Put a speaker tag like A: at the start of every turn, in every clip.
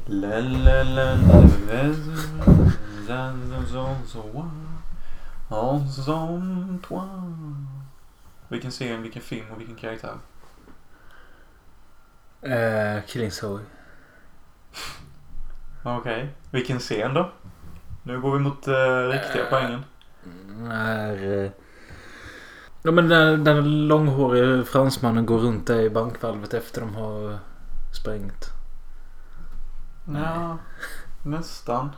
A: Vilken serie, vilken film och vilken karaktär?
B: Killing Zoe.
A: Okej. Vilken scen då? Nu går vi mot riktiga poängen.
B: Ja, men den långhåriga fransmannen går runt där i bankvalvet efter de har sprängt.
A: Ja, nästan.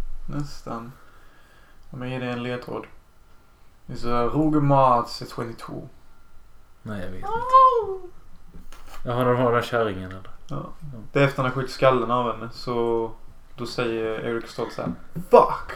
A: Om jag ger dig en ledtråd. Det är så Roger Mars är 22.
B: Nej, jag vet inte. Jaha, de har den kärringen eller?
A: Ja. Det är efter han har skjutit skallen av henne. Så då säger Erik Stoltz så här: fuck!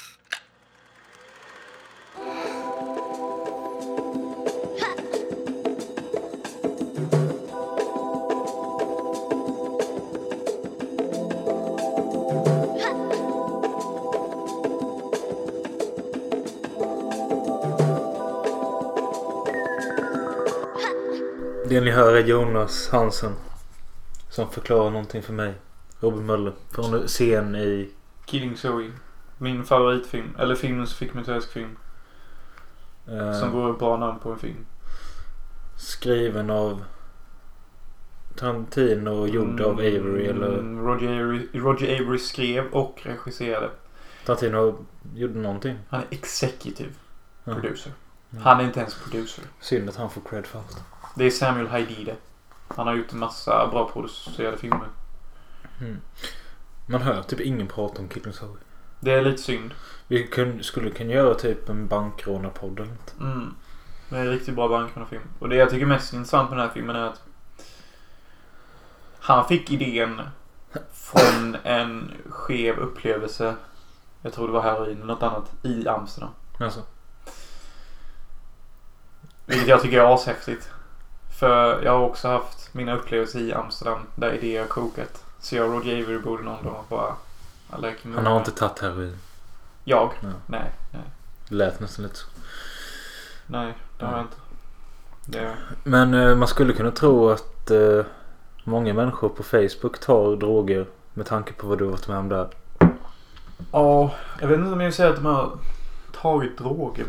B: Det ni hör är Jonas Hansen som förklarar någonting för mig. Robin Möller från scen i
A: Killing Zoe. Min favoritfilm. Eller filmens dokumentärsk film. Som går bra namn på en film.
B: Skriven av Tarantino och gjord av Avery eller
A: Roger Avery skrev och regisserade.
B: Tarantino gjorde någonting.
A: Han är executive producer.
B: Mm.
A: Han är inte ens producer.
B: Synd att han får cred för allt.
A: Det är Samuel Haidide. Han har gjort en massa bra producerade filmer.
B: Man hör typ ingen prata om Killing Zoe.
A: Det är lite synd.
B: Vi skulle kunna göra typ en bankrånarpodd eller något.
A: Det är en riktigt bra bankrånarfilm. Och det jag tycker är mest intressant med den här filmen är att han fick idén från en skev upplevelse. Jag tror det var heroin eller något annat i Amsterdam.
B: Alltså.
A: Vilket jag tycker är ashäftigt. För jag har också haft mina upplevelser i Amsterdam där idéer har kokat. Så jag och Roger Avery borde någon dag bara...
B: Han har inte tagit heroin.
A: Jag?
B: Ja.
A: Nej.
B: Det lät nästan lite så.
A: Nej, det har jag inte.
B: Men man skulle kunna tro att många människor på Facebook tar droger med tanke på vad du har varit med om där.
A: Ja, jag vet inte om jag vill säga att de har tagit droger,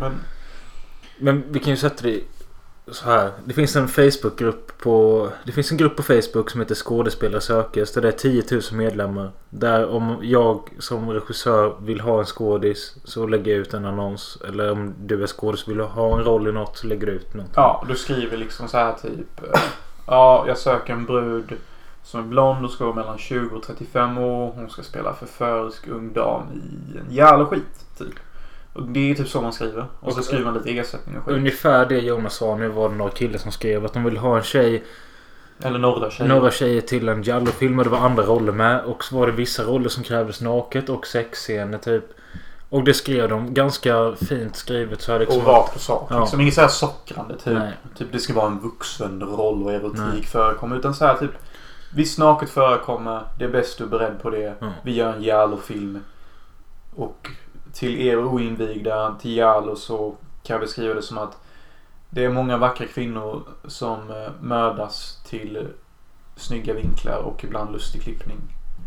B: Men vi kan ju sätta det så här. Det finns en Facebookgrupp på... Det finns en grupp på Facebook som heter Skådespelare sökes. Där det är 10 000 medlemmar. Där om jag som regissör vill ha en skådis så lägger jag ut en annons. Eller om du är skådis och vill ha en roll i något så lägger du ut något.
A: Ja, du skriver liksom så här typ... Ja, jag söker en brud som är blond och ska vara mellan 20 och 35 år. Hon ska spela förförisk ung dam i en jävla skit, typ. Och det är typ så man skriver. Och så skriver man lite ersättning och skit.
B: Ungefär det Jonas sa nu var det några killar som skrev att de vill ha en tjej.
A: Eller några tjejer
B: till en Giallo-film. Och det var andra roller med. Och så var det vissa roller som krävdes naket och sexscener typ. Och det skrev de ganska fint skrivet. Så här liksom,
A: och rakt på sak.
B: Ja.
A: Liksom, inget så här sockrande typ.
B: Nej.
A: Typ det ska vara en vuxen roll och erotik förekommer. Utan så här typ... Visst naket förekommer. Det är bäst du är beredd på det. Vi gör en Giallo-film. Och... Till er oinvigda, till Giallo, så kan jag beskriva det som att det är många vackra kvinnor som mördas till snygga vinklar och ibland lustig klippning.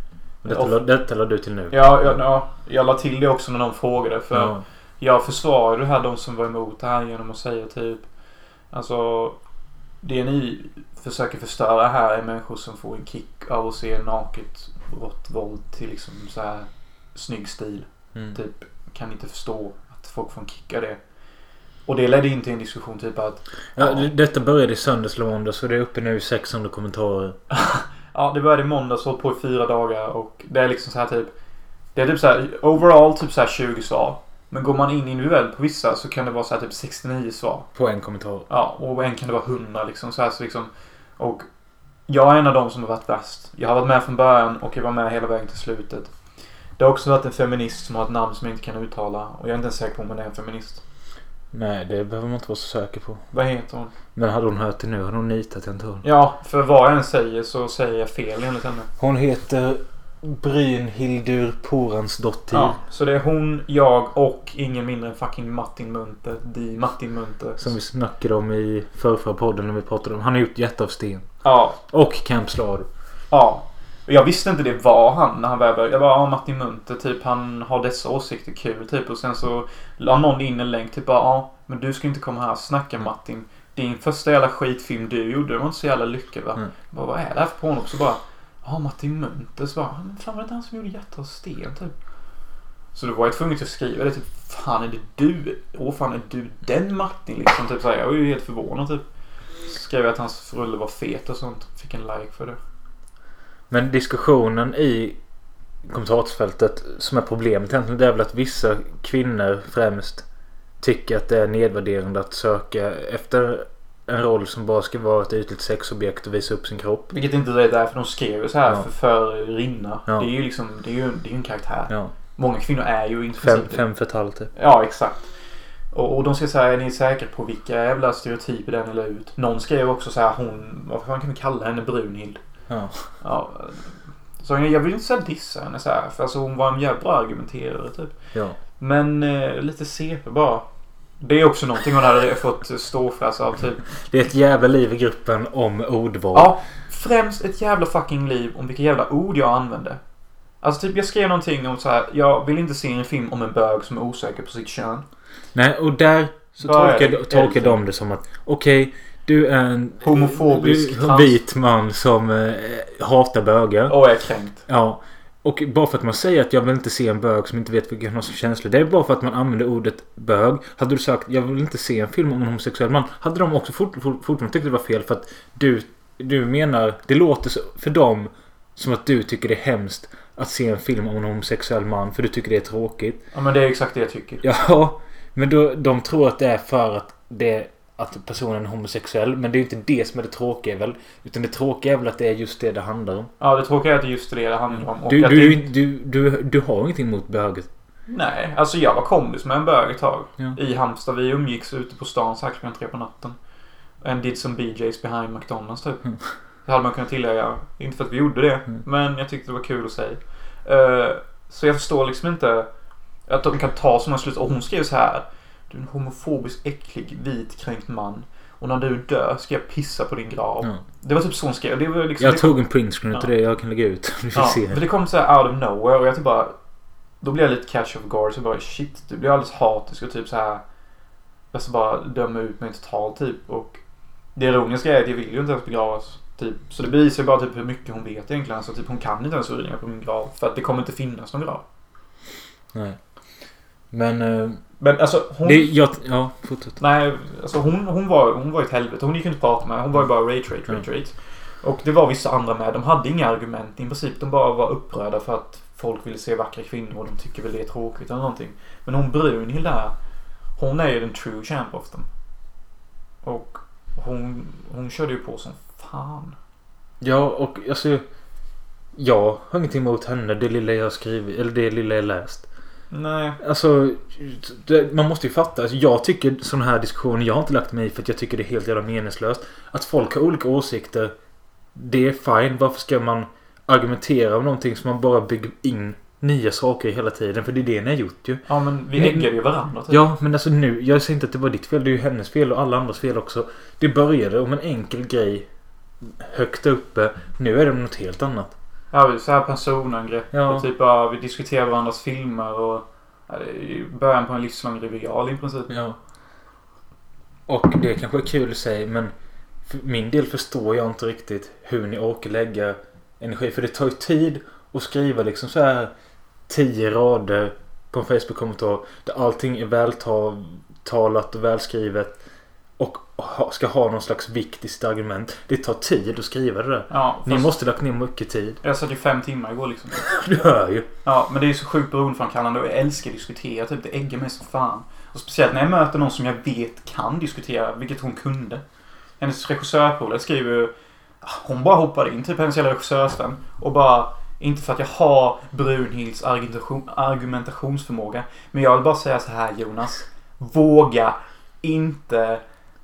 B: Detta lade du till nu.
A: Ja, jag la till det också när någon frågade. För jag försvarar det här de som var emot det här genom att säga typ... Alltså, det ni försöker förstöra här är människor som får en kick av att se naket rått våld till liksom så här snygg stil. Typ kan inte förstå att folk får en kick av det. Och det ledde in till en diskussion typ att...
B: Detta började i söndags eller måndag, så det är uppe nu i 600 kommentarer.
A: Ja, det började i måndags och hållit på i 4 dagar. Och det är liksom så här typ... Det är typ så här, overall typ så här 20 svar. Men går man in individuellt på vissa så kan det vara så här typ 69 svar.
B: På en kommentar.
A: Ja, och en kan det vara 100 liksom. Så här, så liksom. Och jag är en av dem som har varit värst. Jag har varit med från början och jag var med hela vägen till slutet. Det har också varit en feminist som har ett namn som jag inte kan uttala. Och jag är inte ens säker på om hon är en feminist.
B: Nej, det behöver man inte vara så säker på.
A: Vad heter hon?
B: Men hade hon hört det nu? Hade hon nitat en ton?
A: Ja, för vad jag än säger så säger jag fel enligt henne.
B: Hon heter Brynhildur Poransdottir.
A: Ja, så det är hon, jag och ingen mindre än fucking Martin Munter. Martin Munter.
B: Som vi snackade om i förra podden när vi pratade om. Han har gjort Hjärta av sten.
A: Ja.
B: Och Camp Slaughter.
A: Ja. Och jag visste inte det var han när han började. Jag bara, Martin Munther, typ han har dessa åsikter, kul typ. Och sen så la någon in en länk typ bara, men du ska inte komma här och snacka Martin. Din första jävla skitfilm du gjorde, det var inte så jävla lyckad va? Bara, vad är det här för på honom? Så bara, Martin Munther. Så bara, fan var det inte han som gjorde Hjärta och sten typ? Så då var jag tvungen att skriva det typ, fan är det du? Fan är du den Martin liksom? Typ så här, jag var ju helt förvånad typ. Så skrev jag att hans rulle var fet och sånt. Fick en like för det.
B: Men diskussionen i kommentarsfältet som är problemet egentligen, det är väl att vissa kvinnor främst tycker att det är nedvärderande att söka efter en roll som bara ska vara ett ytligt sexobjekt och visa upp sin kropp.
A: Vilket inte är därför de skrev så här för Rinna.
B: Ja.
A: Det är ju liksom, det är ju en karaktär.
B: Ja.
A: Många kvinnor är ju inte
B: fem för ett halvt typ.
A: Ja, exakt. Och de ska säga, är ni säkra på vilka jävla stereotyper den la ut? Någon skrev också så här, vad fan kan vi kalla henne, Brunhild? Ja. Så jag vill inte säga dissa henne så här, för alltså hon var en jävla bra argumenterare typ.
B: Ja.
A: Men lite CP bara. Det är också någonting hon hade fått ståfräs av typ.
B: Det är ett jävla liv i gruppen om ordval.
A: Ja, främst ett jävla fucking liv om vilka jävla ord jag använde. Alltså typ jag skrev någonting om så här, jag vill inte se en film om en bög som är osäker på sitt kön.
B: Nej, och där så tolkar de det som att okej, du är en
A: homofobisk
B: vit man som hatar bögar.
A: Och är kränkt.
B: Ja. Och bara för att man säger att jag vill inte se en bög som inte vet vilka har som känslor. Det är bara för att man använder ordet bög. Hade du sagt jag vill inte se en film om en homosexuell man, hade de också fortfarande tyckt det var fel. För att du menar, det låter för dem som att du tycker det är hemskt att se en film om en homosexuell man. För du tycker det är tråkigt.
A: Ja, men det är exakt det jag tycker.
B: Ja, men de tror att det är för att personen är homosexuell. Men det är ju inte det som är det tråkiga väl. Utan det tråkiga är väl att det är just det handlar om.
A: Ja, det tråkiga är att det är just det handlar om. Och
B: du har ingenting mot böget.
A: Nej, alltså jag var kompis med en bög ett tag.
B: Ja.
A: I Halmstad, vi umgicks ute på stan så här 3 på natten. And did some BJs behind McDonald's typ. Det hade man kunnat tillägga. Inte för att vi gjorde det. Men jag tyckte det var kul att säga. Så jag förstår liksom inte att de kan ta som en slut. Och hon skrev så här: du är en homofobisk, äcklig, vit, kränkt man. Och när du dör ska jag pissa på din grav. Det var typ så hon skrev. Det var liksom,
B: jag tog en printscreen till det jag kan lägga ut.
A: För det kom så här out of nowhere. Och jag typ bara, då blev jag lite catch of guard. Så bara shit, du blir alldeles hatisk och typ så här. Jag ska bara döma ut mig totalt typ. Och det ironiska är att jag vill ju inte ens begravas typ. Så det bevisar bara typ hur mycket hon vet egentligen. Så typ hon kan inte ens uringa på min grav. För att det kommer inte finnas någon grav.
B: Nej. Men
A: alltså hon...
B: fortsätt.
A: Nej, alltså hon var ett helvete. Hon gick inte att prata med. Hon var ju bara rage. Och det var vissa andra med. De hade inga argument i princip. De bara var upprörda för att folk ville se vackra kvinnor. Och de tycker väl det är tråkigt eller någonting. Men hon Brunhild där, hon är ju den true champ of them. Och hon körde ju på som fan.
B: Ja, och alltså jag har ingenting emot henne. Det lilla jag har skrivit, eller det lilla jag läst.
A: Nej.
B: Alltså man måste ju fatta, alltså, jag tycker sån här diskussioner, jag har inte lagt mig i för att jag tycker det är helt jävla meningslöst. Att folk har olika åsikter, det är fine. Varför ska man argumentera om någonting som man bara bygger in nya saker hela tiden? För det är det ni har gjort ju.
A: Ja, men vi äggar ju varandra typ.
B: Ja, men alltså nu, jag säger inte att det var ditt fel, det är ju hennes fel och alla andras fel också. Det började om en enkel grej högt uppe, nu är det något helt annat.
A: Ja, så här personangrepp.
B: Ja.
A: Och typ vi diskuterar varandras filmer och början på en livslång rivial i princip.
B: Ja. Och det kanske är kul att säga, men för min del förstår jag inte riktigt hur ni orkar lägga energi. För det tar ju tid att skriva liksom så här 10 rader på en Facebook-kommentar där allting är vältalat och välskrivet och ska ha någon slags viktigt argument. Det tar tid att skriva det där.
A: Ja,
B: ni måste lagt ner mycket tid.
A: Jag satt ju 5 timmar igår liksom.
B: Du hör ju.
A: Ja, men det är så sjukt beroendeframkallande och jag älskar att diskutera. Typ, det äggar mig som fan. Och speciellt när jag möter någon som jag vet kan diskutera, vilket hon kunde. Hennes regissörpolare skriver ju, hon bara hoppade in, typ hennes jävla regissörsvän. Och bara, inte för att jag har Brunhilds argumentationsförmåga. Men jag vill bara säga så här, Jonas. Våga inte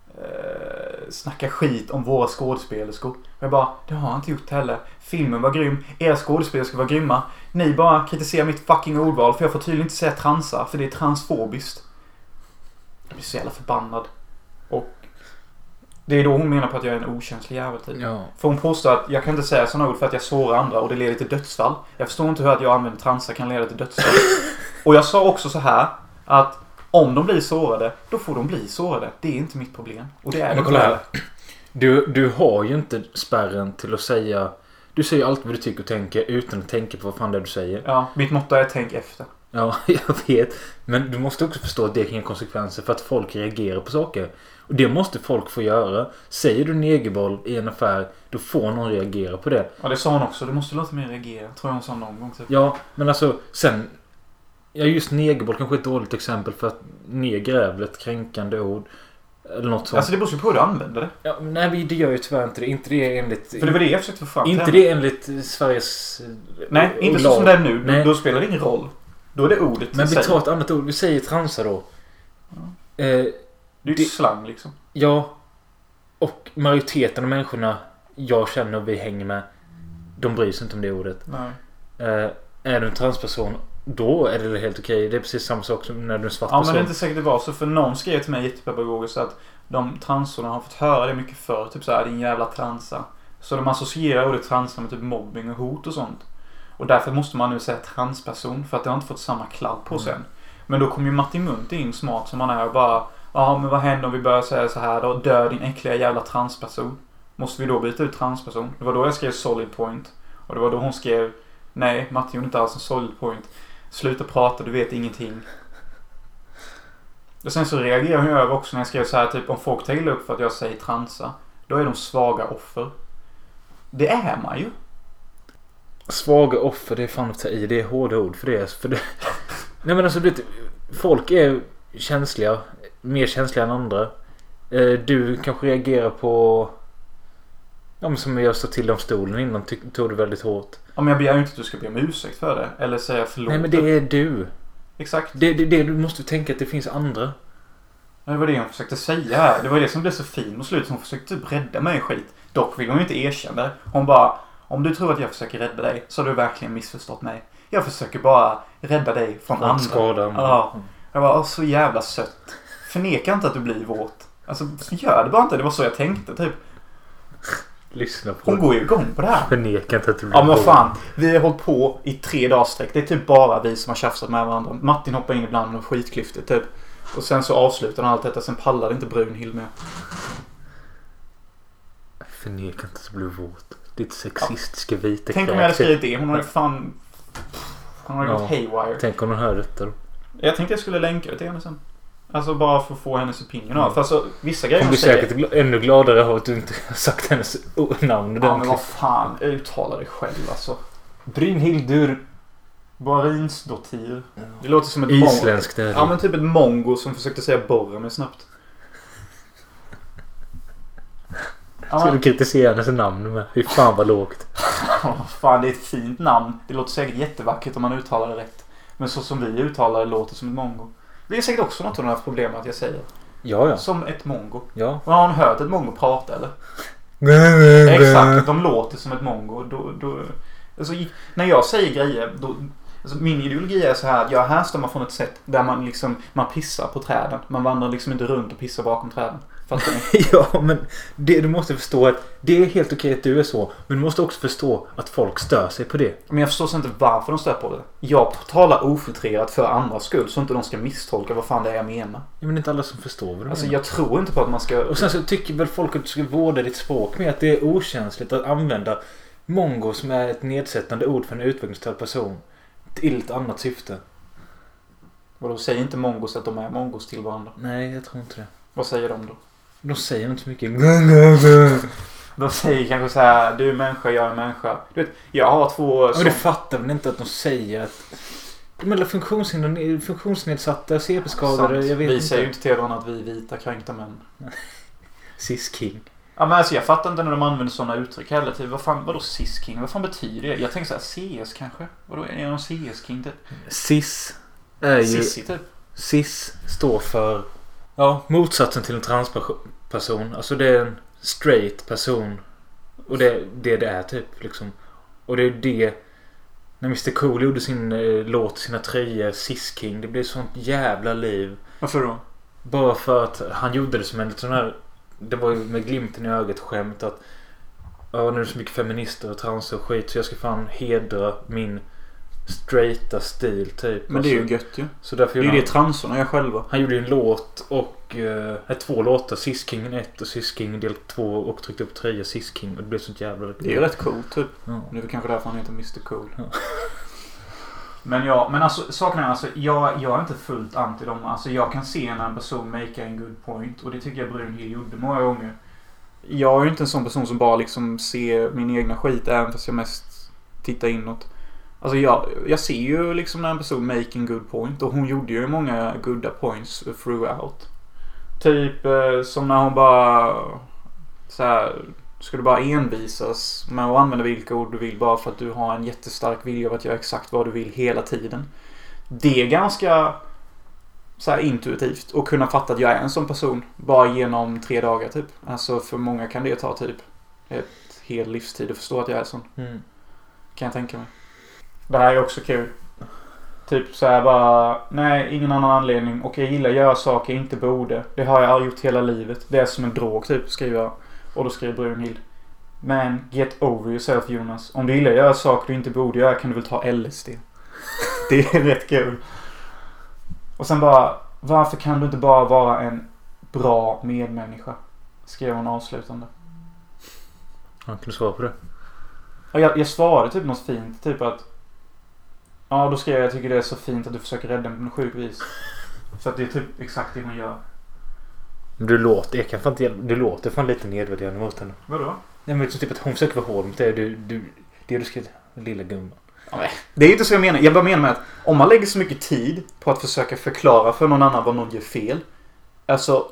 A: snacka skit om våra skådespelerskor. Jag bara, det har jag inte gjort heller. Filmen var grym, era skådespelerskor var grymma. Ni bara kritiserar mitt fucking ordval, för jag får tydligen inte säga transa, för det är transfobiskt. Jag blir så jävla förbannad. Och Det är då hon menar på att jag är en okänslig jävel typ.
B: Ja.
A: För hon påstår att jag kan inte säga sådana ord för att jag sårar andra och det leder till dödsfall. Jag förstår inte hur att jag använder transa kan leda till dödsfall. Och jag sa också så här att om de blir sårade, då får de bli sårade. Det är inte mitt problem. Och det är
B: men kolla här. Du har ju inte spärren till att säga... Du säger allt vad du tycker och tänker utan att tänka på vad fan det är du säger.
A: Ja, mitt motto är tänk efter.
B: Ja, jag vet. Men du måste också förstå att det kan ge konsekvenser för att folk reagerar på saker. Och det måste folk få göra. Säger du negerboll i en affär, då får någon reagera på det.
A: Ja, det sa hon också. Du måste låta mig reagera. Tror jag hon sa någon gång typ.
B: Ja, men alltså sen... Ja, just negerboll kanske är ett dåligt exempel för att neger är väl ett kränkande ord. Eller något sånt.
A: Alltså det beror ju på hur du använder det.
B: Ja, nej, det gör ju tyvärr inte det. Inte det enligt...
A: För det var det jag försökte få fram.
B: Inte det enligt Sveriges...
A: Nej, inte så som det är nu. Nej. Då spelar det ingen roll. Då är det ordet.
B: Men vi tar ett annat ord. Vi säger transa då.
A: Ja. Det är ju ett slang liksom.
B: Ja. Och majoriteten av människorna jag känner och vi hänger med, de bryr sig inte om det ordet.
A: Nej.
B: Är du en transperson, då är det helt okej. Det är precis samma sak som när du är en svart person.
A: Ja, men det är inte säkert det var så. För någon skrev till mig jättepedagogiskt att de transorna har fått höra det mycket förr. Typ såhär, din jävla transa. Så de associerar ordet transa med typ mobbing och hot och sånt. Och därför måste man nu säga transperson. För att det har inte fått samma kladd på sen. Men då kommer ju Martin Munt in smart som han är och bara... Ja, men vad händer om vi börjar säga så här då? Dö din äckliga jävla transperson. Måste vi då byta ut transperson? Det var då jag skrev solid point. Och det var då hon skrev... Nej, Martin gjorde inte alls en solid point. Sluta prata, du vet ingenting. Och sen så reagerar hon över också när jag skrev så här typ om folk tar illa upp för att jag säger transa. Då är de svaga offer. Det är man ju.
B: Svaga offer, det är fan att ta i. Det är hårda ord för det. Nej men alltså, folk är känsliga. Mer känsliga än andra. Du kanske reagerar på... Ja, men som jag stod till om stolen innan tog du väldigt hårt.
A: Ja, men jag begär ju inte att du ska be om ursäkt för det. Eller säga förlåt.
B: Nej, men det är du.
A: Exakt.
B: Det du måste tänka att det finns andra.
A: Ja, det var det hon försökte säga här. Det var det som blev så fin och slut. Hon försökte typ rädda mig i skit. Dock vill hon ju inte erkänna det. Hon bara, om du tror att jag försöker rädda dig så har du verkligen missförstått mig. Jag försöker bara rädda dig från andra.
B: Skadan.
A: Ja. Jag var så jävla sött. Förneka inte att du blir våt. Alltså, gör det bara inte. Det var så jag tänkte typ.
B: Lyssna på.
A: Hon går ju igång på det här.
B: Förneka inte att du blir
A: Ja, men vad fan. Vi har hållit på i 3 dagar sträck. Det är typ bara vi som har tjafsat med varandra. Martin hoppar in ibland med skitklyftigt typ. Och sen så avslutar han allt detta. Sen pallade inte Brunhild med.
B: Förneka inte att du blir våt. Ditt sexistiska vita.
A: Tänk om jag hade skrivit det. Hon hade fan... Hon hade gått haywire.
B: Tänk om hon hör detta då.
A: Jag tänkte jag skulle länka det till henne sen. Alltså bara för att få hennes opinion av. För alltså vissa grejer
B: hon blir säkert ännu gladare av att du inte har sagt hennes namn.
A: Ja, men vad fan. Uttala det själv alltså. Brynhildur Barinsdottir. Det låter som ett
B: isländskt.
A: Ja, men typ ett mongo som försökte säga borra med snabbt.
B: Ska du kritisera hennes namn med? Hur fan vad lågt.
A: Fan, det är ett fint namn. Det låter säkert jättevackert om man uttalar det rätt. Men så som vi uttalar det låter som ett mongo. Det är säkert också något hon har haft problem med att jag säger.
B: Ja.
A: Som ett mongo.
B: Ja.
A: Och har hon hört ett mongo prata eller? Exakt, de låter som ett mongo. Alltså, när jag säger grejer då, alltså, min ideologi är så här att jag härstammar från ett sätt där man pissar på träden. Man vandrar liksom inte runt och pissar bakom träden. Fattar ni?
B: Ja, men du måste förstå att det är helt okej att du är så. Men du måste också förstå att folk stör sig på det.
A: Men jag förstår inte varför de stör på det. Jag talar ofiltrerat för andras skull så inte de ska misstolka vad fan det är jag menar.
B: Ja, men det är inte alla som förstår vad du
A: alltså,
B: menar.
A: Jag tror inte på att man ska...
B: Och sen så tycker väl folk att du ska vårda ditt språk med att det är okänsligt att använda mongo som är ett nedsättande ord för en utvecklingsstörd person till ett annat syfte.
A: Och då säger inte mongos att de är mongos till varandra?
B: Nej, jag tror inte det.
A: Vad säger de då?
B: De säger inte så mycket.
A: De säger kanske så här: du är människa, jag är människa. Du vet, jag har 2
B: Men det fattar väl inte att de säger att de är funktionsnedsatta, CP-skadade, jag vet
A: vi
B: inte.
A: säger ju inte till varandra att vi är vita kränkta män.
B: Cis-king.
A: Ja, men alltså jag fattar inte när de använder sådana uttryck heller. Typ, vadå cis-king? Vad fan betyder det? Jag tänker så här, CS kanske? Vadå, är de CS-king typ?
B: Cis är ju...
A: Cissi typ.
B: Cis står för... Ja, motsatsen till en transperson. Alltså det är en straight person. Och det är typ liksom. Och det är det... När Mr. Cool gjorde sin låt, sina tröjor, Cis-king. Det blev sånt jävla liv.
A: Varför då?
B: Bara för att han gjorde det som en sån här det var ju med glimten i ögat skämt att nu är det så mycket feminister och trans och skit så jag ska fan hedra min straighta stil typ.
A: Men det är ju gött ju.
B: Så därför
A: det är ju det transorna gör själva.
B: Han gjorde ju en låt och 2 låtar, Sis King 1 och Sis King del 2 och tryckte upp 3 Sis King och det blev sånt jävla
A: det är ju rätt coolt typ.
B: Ja.
A: Det är väl kanske därför han heter Mr. Cool. Ja. Men alltså saken är alltså jag är inte fullt anti dem. Alltså jag kan se när en person make en good point och det tycker jag Brunhild gjorde många gånger. Jag är ju inte en sån person som bara liksom ser min egna skit även fast jag mest tittar inåt. Alltså jag ser ju liksom när en person make en good point och hon gjorde ju många goda points throughout. Typ som när hon bara så här, ska du bara envisas med att använda vilka ord du vill bara för att du har en jättestark vilja av att göra exakt vad du vill hela tiden. Det är ganska så här intuitivt och kunna fatta att jag är en sån person bara genom 3 dagar typ. Alltså för många kan det ta typ ett hel livstid att förstå att jag är sån. Kan jag tänka mig. Det här är också kul. Typ så här bara, nej, ingen annan anledning. Och jag gillar att göra saker jag inte borde. Det har jag gjort hela livet. Det är som en drog typ, skriver jag. Och då skriver Brunhild: Man, get over yourself Jonas. Om du gillar att göra saker du inte borde göra kan du väl ta LSD. Det är rätt kul. Och sen bara, varför kan du inte bara vara en bra medmänniska? Skrev hon avslutande.
B: Ja, kan du svara på det?
A: Jag svarade typ något fint. Typ att ja, då skrev jag tycker det är så fint att du försöker rädda mig på något sjuk vis. För att det är typ exakt det hon gör.
B: Men du låter fan lite nedvärderande mot henne.
A: Vadå?
B: Nej men typ att hon försöker vara hård mot dig. Du skrev lilla gumman.
A: Ja, det är inte så jag menar. Jag bara menar med att om man lägger så mycket tid på att försöka förklara för någon annan vad någon gör fel. Alltså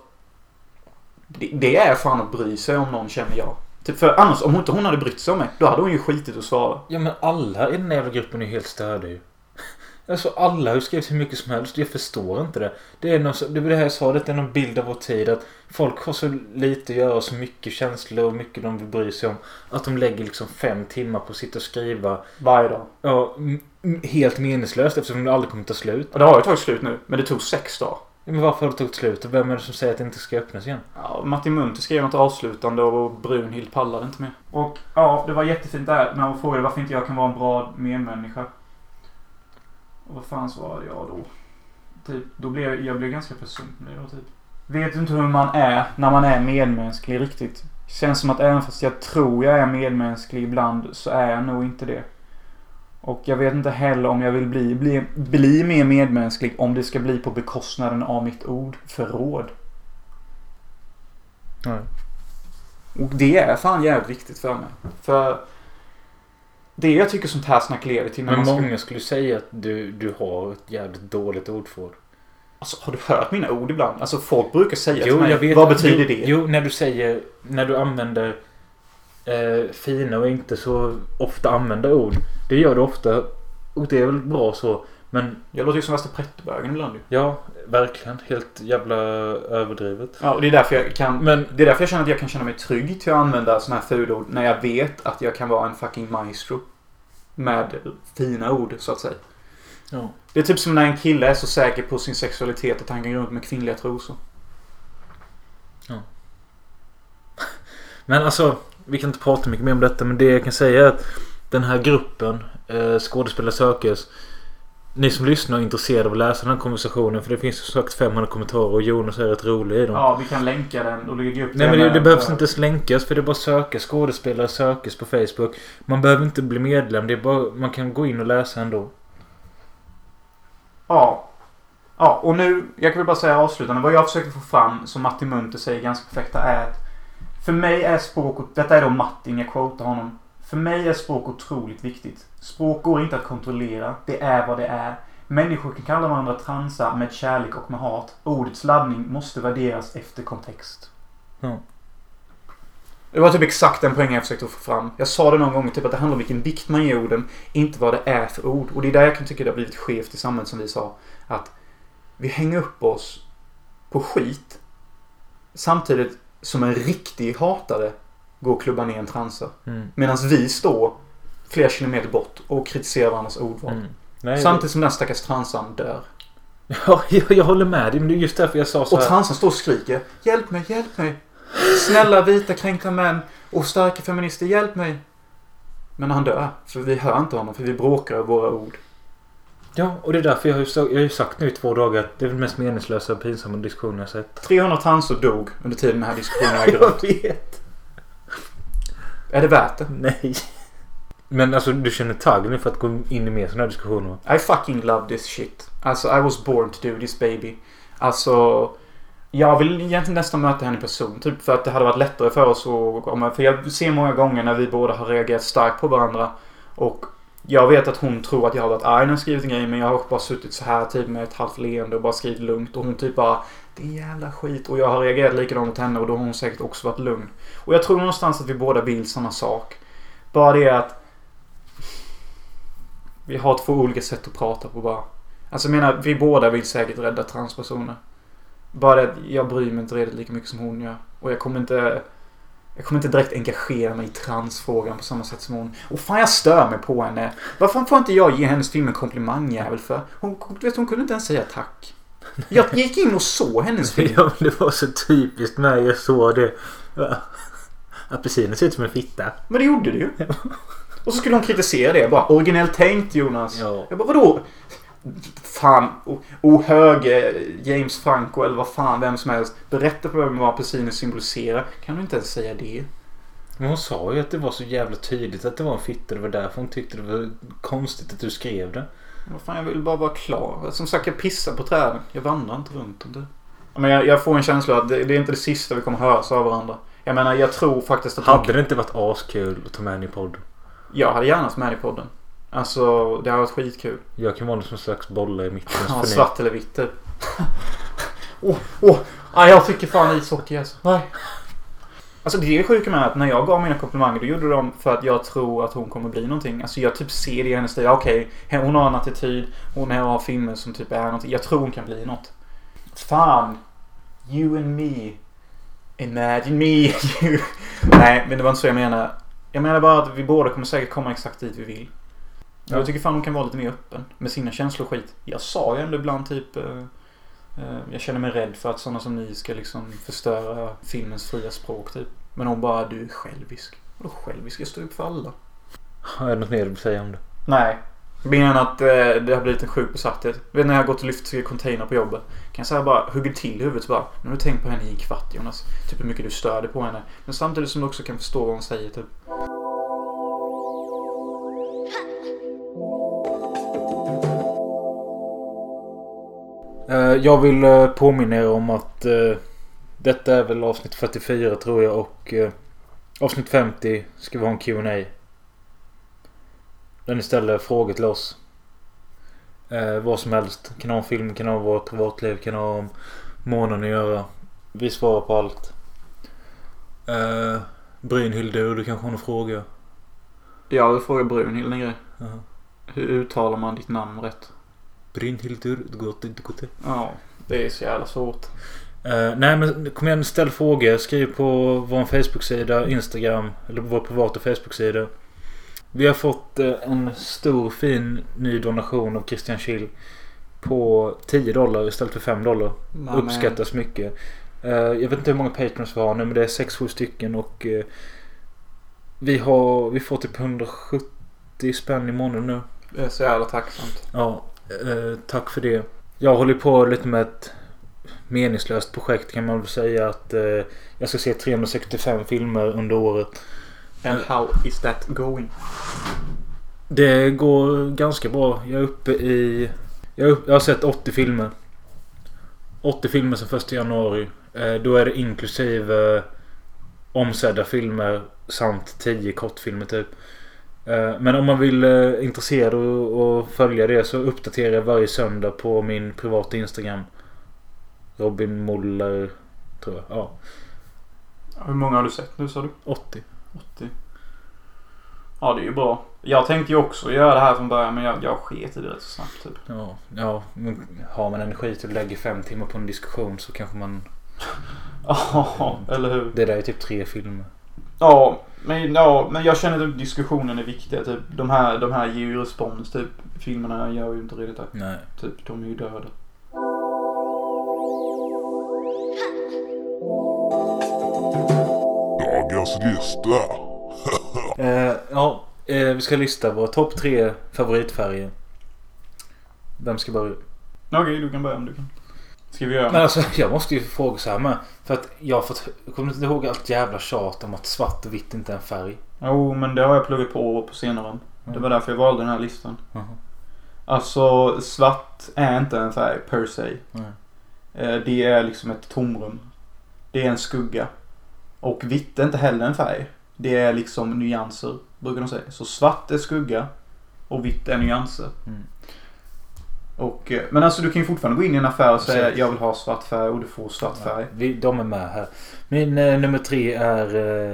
A: det är fan att bry sig om någon, känner jag. Typ för annars, om inte hon hade brytt sig om mig, då hade hon ju skitit att svara.
B: Ja men alla i den här jävla gruppen är helt störda ju. Alltså alla har skrivit så mycket som helst. Jag förstår inte det. Det är det här jag sa, det är någon bild av vår tid att folk har så lite att göra, så mycket känslor och mycket de vill bry sig om. Att de lägger liksom 5 timmar på att sitta och skriva
A: varje dag.
B: Ja, helt meningslöst eftersom det aldrig kommer ta slut.
A: Och det har ju tagit slut nu, men det tog 6 dagar.
B: Ja, men varför har det tagit slut? Och vem är det som säger att det inte ska öppnas igen?
A: Ja, Martin Munter skrev något avslutande och Brunhild pallade inte mer. Och ja, det var jättefint där när hon frågade varför inte jag kan vara en bra medmänniska. Och vad fan svarade jag då? Typ, jag blev ganska personlig då typ. Vet du inte hur man är när man är medmänsklig riktigt? Känns som att även fast jag tror jag är medmänsklig ibland så är jag nog inte det. Och jag vet inte heller om jag vill bli mer medmänsklig om det ska bli på bekostnaden av mitt ordförråd.
B: Nej.
A: Och det är fan jävligt viktigt för mig. För det jag tycker sånt här snack leder till.
B: Men många skulle säga att du har ett jävligt dåligt ordförråd.
A: Alltså, har du hört mina ord ibland? Alltså folk brukar säga till mig, vad betyder det?
B: Jo, när du använder fina och inte så ofta använda ord. Det gör du ofta och det är väl bra så. Men
A: jag låter ju som värsta prättbögen ibland.
B: Ja, verkligen. Helt jävla överdrivet.
A: Ja, och det är därför jag känner att jag kan känna mig trygg till att använda såna här fulord när jag vet att jag kan vara en fucking maestro med fina ord, så att säga.
B: Ja.
A: Det är typ som när en kille är så säker på sin sexualitet att han kan gå runt med kvinnliga trosor.
B: Ja. Men alltså, vi kan inte prata mycket mer om detta, men det jag kan säga är att den här gruppen skådespelare sökes. Ni som lyssnar är intresserade av att läsa den här konversationen, för det finns som sagt 500 kommentarer och Jonas är rätt rolig i dem.
A: Ja, vi kan länka den och lägga upp den.
B: Nej, men det behövs inte ens länkas, för det är bara söka skådespelare sökes på Facebook. Man behöver inte bli medlem, det är bara, man kan gå in och läsa ändå.
A: Ja. Ja, och nu, jag kan väl bara säga avslutande, vad jag försöker få fram, som Martin Munter säger ganska perfekt, är att för mig är språk, detta är då Martin, jag quotar honom. För mig är språk otroligt viktigt. Språk går inte att kontrollera. Det är vad det är. Människor kan kalla varandra transa med kärlek och med hat. Ordets laddning måste värderas efter kontext.
B: Ja.
A: Det var typ exakt den poängen jag försökte få fram. Jag sa det någon gång typ att det handlar om vilken vikt man ger orden, inte vad det är för ord. Och det är där jag kan tycka det har blivit skevt i samhället, som vi sa. Att vi hänger upp oss på skit samtidigt som en riktig hatare går och klubbar ner en transa. Medan vi står flera kilometer bort och kritiserar varandras ordval. Samtidigt som den stackars transan dör.
B: Ja, jag håller med dig, men det är just därför jag sa så här.
A: Och transan står och skriker: hjälp mig, hjälp mig. snälla vita kränkta män och starka feminister, hjälp mig. Men han dör. För vi hör inte honom. För vi bråkar över våra ord.
B: Ja, och det är därför jag har ju sagt nu i 2 dagar att det är den mest meningslösa och pinsamma diskussionen jag sett.
A: 300 transor dog under tiden den här diskussionen ägde rum.
B: Jag vet.
A: Är det värt det?
B: Nej. Men alltså du känner tagg nu för att gå in i mer sådana här diskussioner.
A: I fucking love this shit. Alltså I was born to do this baby. Alltså jag vill egentligen nästan möta henne i person. Typ för att det hade varit lättare för oss att... För jag ser många gånger när vi båda har reagerat starkt på varandra. Och jag vet att hon tror att jag har varit arg när jag skrivit en grej. Men jag har bara suttit så här typ med ett halvt leende och bara skrivit lugnt. Och hon typ bara, det är jävla skit. Och jag har reagerat likadant mot henne och då har hon säkert också varit lugn. Och jag tror någonstans att vi båda vill samma sak. Bara det att vi har 2 olika sätt att prata på bara. Alltså jag menar, vi båda vill säkert rädda transpersoner. Bara det att jag bryr mig inte redan lika mycket som hon gör. Och jag kommer inte direkt engagera mig i transfrågan på samma sätt som hon. Och fan, jag stör mig på henne. Varför får inte jag ge hennes film en komplimangjävel för? Hon kunde inte ens säga tack. Jag gick in och såg hennes film.
B: Ja, det var så typiskt när jag såg det. Apelsinen ser ut som en fitta.
A: Men det gjorde det ju. Och så skulle hon kritisera det. Bara, originellt tänkt, Jonas.
B: Ja.
A: Jag bara, vadå? Fan, höge James Franco eller vad fan, vem som helst. Berätta för mig vad apelsinen symboliserar. Kan du inte ens säga det?
B: Men hon sa ju att det var så jävla tydligt att det var en fitta. Det var därför hon tyckte det var konstigt att du skrev det.
A: Vad fan, jag vill bara vara klar. Som sagt, jag pissar på träden. Jag vandrar inte runt om det. Men jag får en känsla att det är inte det sista vi kommer höra av varandra. Jag menar, jag tror faktiskt att...
B: Hade det inte varit askul att ta med henne i podden?
A: Jag hade gärna haft med i podden. Alltså, det har varit skitkul.
B: Jag kan vara som en slags bolla i mitten.
A: Ja, svart eller vitt. Jag tycker fan ishockey alltså. Nej. Alltså det är sjukt med att när jag gav mina komplimanger, då gjorde de för att jag tror att hon kommer bli någonting. Alltså jag typ ser det i hennes stil. Okej, hon har en attityd. Hon har filmer som typ är någonting. Jag tror hon kan bli något. Fan. You and me. Imagine me. Nej, men det var inte så jag menar. Jag menar bara att vi båda kommer säkert komma exakt dit vi vill. Ja. Jag tycker fan hon kan vara lite mer öppen med sina känslor och skit. Jag sa ju ändå ibland typ jag känner mig rädd för att sådana som ni ska liksom förstöra filmens fria språk typ. Men hon bara, du är självisk. Vadå självisk? Jag står upp för alla.
B: Har jag något mer att säga om det?
A: Nej. Mer än att det har blivit en sjuk besatthet. Vet när jag har gått och lyft container på jobbet. Kan jag säga bara, hugger till i huvudet så bara, nu har du tänkt på henne i en kvart, Jonas. Typ hur mycket du stör dig på henne. Men samtidigt som du också kan förstå vad hon säger typ.
B: Jag vill påminna er om att detta är väl avsnitt 44 tror jag, och avsnitt 50 ska vi ha en Q&A. Där ni ställer frågor till oss. Vad som helst. Kan ha om film, kan ha om vårt privatliv, kan ha om månaden att göra. Vi svarar på allt. Brynhildur, du kanske har någon fråga?
A: Jag vill fråga Brynhild en grej.
B: Uh-huh.
A: Hur uttalar man ditt namn rätt?
B: Brynhildur, gott.
A: Ja, det är så jävla svårt.
B: Nej, men kom igen, ställ frågor. Skriv på vår Facebook-sida, Instagram eller på vår privata Facebook-sida. Vi har fått en stor fin ny donation av Christian Schill på $10 istället för $5. Uppskattas mycket. Jag vet inte hur många patrons vi har nu, men det är 6-7 stycken och vi får typ 170 spänn i månaden nu.
A: Det är så jävla tacksamt.
B: Ja, tack för det. Jag håller på lite med ett meningslöst projekt, kan man väl säga, att jag ska se 365 filmer under året.
A: And how is that going?
B: Det går ganska bra. Jag är uppe i... Jag har sett 80 filmer. 80 filmer sedan 1 januari. Då är det inklusive omsedda filmer samt 10 kortfilmer typ. Men om man vill intresserad och följa det, så uppdaterar jag varje söndag på min privata Instagram. Robin Muller, tror jag. Ja.
A: Hur många har du sett nu, sa du?
B: 80.
A: Ja, det är ju bra. Jag tänkte ju också göra det här från början, men jag sket i det rätt så snabbt typ.
B: Ja, men har man energi till att lägga 5 timmar på en diskussion så kanske man...
A: Ja, eller hur?
B: Det där är typ 3 filmer.
A: Ja, men jag känner att diskussionen är viktig typ. De här ger ju respons typ. Filmerna gör ju inte redigt det.
B: Nej.
A: Typ, de är ju döda.
C: Veckans lista.
B: Vi ska lista våra topp 3 favoritfärger. Vem ska börja?
A: Okej, du kan börja om du kan. Ska vi göra?
B: Men alltså, jag måste ju fråga så här med. För att jag kommer inte ihåg allt jävla tjat om att svart och vitt inte är en färg.
A: Jo, men det har jag pluggat på senare. Det var därför jag valde den här listan. Alltså, svart är inte en färg per se. Det är liksom ett tomrum. Det är en skugga. Och vitt är inte heller en färg. Det är liksom nyanser, brukar de säga. Så svart är skugga och vitt är nyanser. Och, men alltså du kan ju fortfarande gå in i en affär och säga jag vill ha svart färg och du får svart färg.
B: De är med här. Min nummer 3 är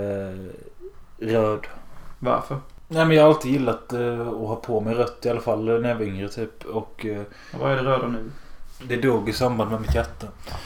B: röd.
A: Varför?
B: Nej, men jag har alltid gillat att ha på mig rött i alla fall när jag var yngre typ. Och
A: vad är det röda nu?
B: Det dog i samband med mitt hjärta.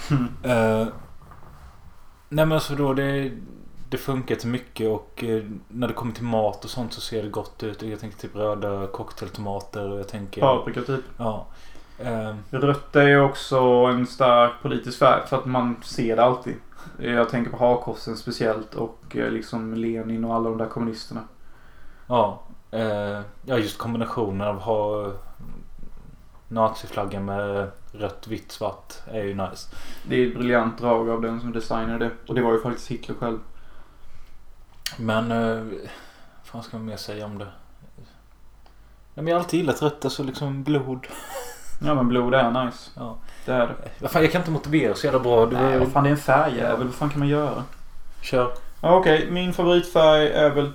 B: Nej, men alltså då det funkar till mycket och när det kommer till mat och sånt så ser det gott ut. Jag tänker typ röda cocktailtomater och jag tänker...
A: Paprika typ.
B: Ja.
A: Rött är ju också en stark politisk färg för att man ser det alltid. Jag tänker på Hakorsen speciellt och liksom Lenin och alla de där kommunisterna.
B: Ja. Just kombinationen av att ha naziflaggan med rött, vitt, svart är ju nice. Det är ett briljant drag av den som designade det. Och det var ju faktiskt Hitler själv. Men vad ska man mer säga om det? Men jag har alltid gillat rött, alltså liksom blod. Ja, men blod är nice. Ja. Det är det. Fan, jag kan inte motivera så jävla bra.
A: Nej, vad fan, det är en färg. Ja. Vad fan kan man göra?
B: Kör.
A: Okej, min favoritfärg är väl...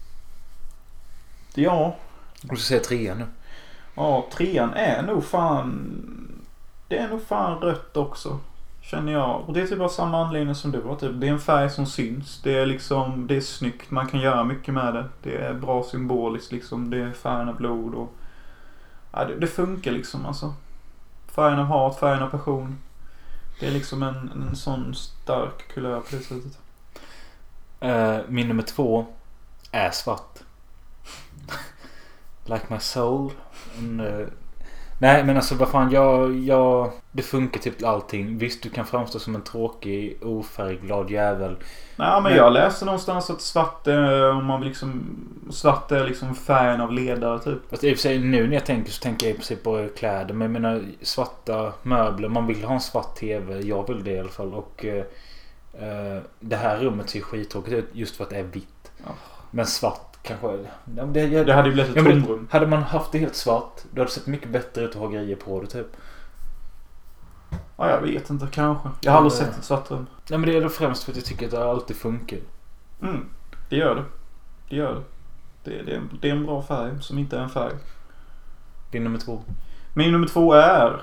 A: Ja.
B: Du ska säga 3 nu.
A: Ja, 3 är nog fan... Det är nog fan rött också. Känner jag. Och det är typ bara samma anledning som du var. Typ. Det är en färg som syns. Det är liksom... Det är snyggt. Man kan göra mycket med det. Det är bra symboliskt liksom. Det är färgen av blod och... Ja, det funkar liksom alltså. Färgen av hat, färgen av passion. Det är liksom en sån stark kulör på det sättet.
B: Min nummer 2 är svart. Like my soul. Nej, men alltså vad fan, jag det funkar typ allting. Visst, du kan framstå som en tråkig, ofärgglad jävel.
A: Nej, men jag läste någonstans att svart är, om man liksom, svart är liksom färgen av ledare typ.
B: Fast i och för sig, nu när jag tänker så tänker jag i princip på kläder. Men jag menar, svarta möbler, man vill ha en svart tv. Jag vill det i alla fall. Och det här rummet ser skittråkigt ut just för att det är vitt. Men svart kanske... Det
A: hade ju blivit ett tomrum.
B: Hade man haft det helt svart, då hade det sett mycket bättre ut att ha grejer på det typ.
A: Ja, jag vet inte, kanske. Jag har aldrig sett ett svart rum.
B: Nej, men det är främst för att jag tycker att det alltid funkar.
A: Det gör det. Det gör det. Det är en bra färg som inte är en färg.
B: Din nummer 2.
A: Min nummer 2 är...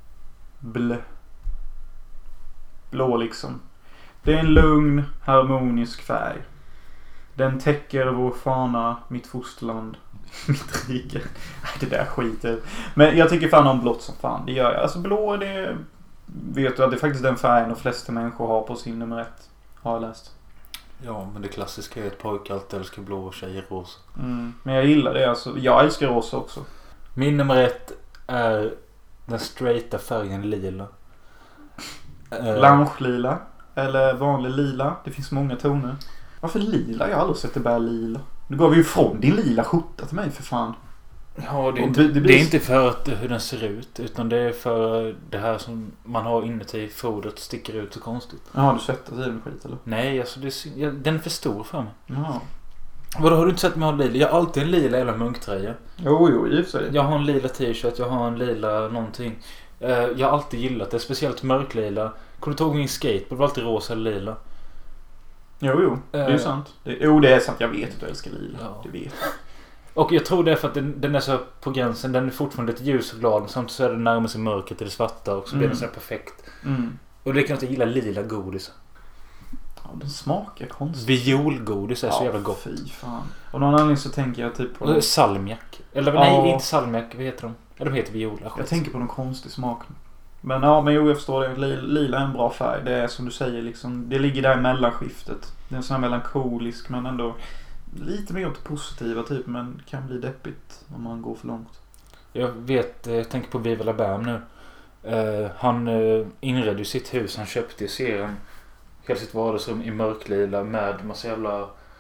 A: Blå liksom. Det är en lugn, harmonisk färg. Den täcker vår fana, mitt fosterland, mitt rike. Det där skiter. Men jag tycker fan om blått som fan. Det gör jag. Alltså blå, det vet du att det är faktiskt den färgen de flesta människor har på sin nummer 1. Har jag läst.
B: Ja, men det klassiska är att pojkar alltid älskar blå och tjejer rosa.
A: Men jag gillar det alltså. Jag älskar rosa också.
B: Min nummer 1 är den straighta färgen lila.
A: Lounge-lila. Eller vanlig lila. Det finns många toner. Varför lila? Jag har aldrig sett det börja lila. Nu går vi ju från din lila skjorta till mig för fan.
B: Ja, det är inte för att hur den ser ut, utan det är för det här som man har inuti fodret sticker ut så konstigt.
A: Ja, du svettas i den skit eller?
B: Nej, alltså den är för stor för mig.
A: Ja.
B: Vadå, har du inte sett mig ha lila? Jag har alltid en lila eller munktröja.
A: Jo, i och för sig.
B: Jag har en lila t-shirt, jag har en lila någonting. Jag har alltid gillat det, speciellt mörklila. Kommer du ihåg min skateboard? Det var alltid rosa eller lila.
A: Jo, det är ju sant. Det är sant, jag vet att du älskar lila.
B: Ja.
A: Det vet.
B: Och jag tror det är för att den är så på gränsen. Den är fortfarande lite ljus och glad. Samtidigt så är det närmare sig mörker till det svarta. Och så blir den så här perfekt. Och det kan jag inte gilla lila godis.
A: Ja, den smakar konstigt.
B: Violgodis är så jävla gott.
A: Fy fan. Och någon anledning så tänker jag typ på...
B: Salmiak. Eller nej, inte salmiak. Vad heter de? Ja, de heter viola.
A: Jag tänker på någon konstig smak. Men jag förstår det. Lila är en bra färg. Det är som du säger liksom. Det ligger där i mellanskiftet. Det är en sån här melankolisk men ändå lite mer åt positiva typ. Men kan bli deppigt om man går för långt.
B: Jag tänker på Viva la Bam nu. Han inredde sitt hus. Han köpte serien hela sitt vardagsrum i mörklila med massa jävla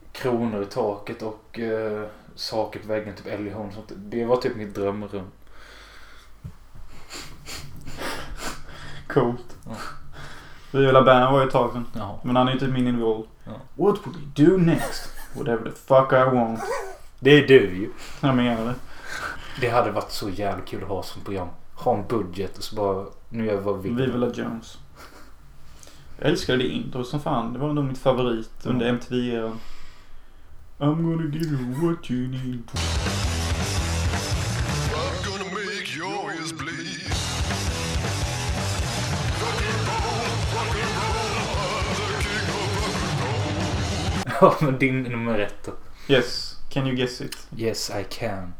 B: kronor i taket och saker på väggen, typ älghorn. Sånt. Det var typ mitt drömrum.
A: Coolt. Ja. Viola Bern var ju ett tag sedan.
B: Ja.
A: Men han är ju typ min idol.
B: Ja.
A: What would we do next? Whatever the fuck I want.
B: Det är du ju.
A: Jag menar det.
B: Det hade varit så jävla kul att ha som program. Ha en budget och så bara, nu gör vi vad vi vill.
A: Viola Jones. Jag älskade det intro som fan. Det var nog mitt favorit under MTV-eran. I'm gonna give you what you need.
C: I'm gonna make your ears bleed.
B: Ja, men din nummer 1 då.
A: Yes, can you guess it?
B: Yes, I can.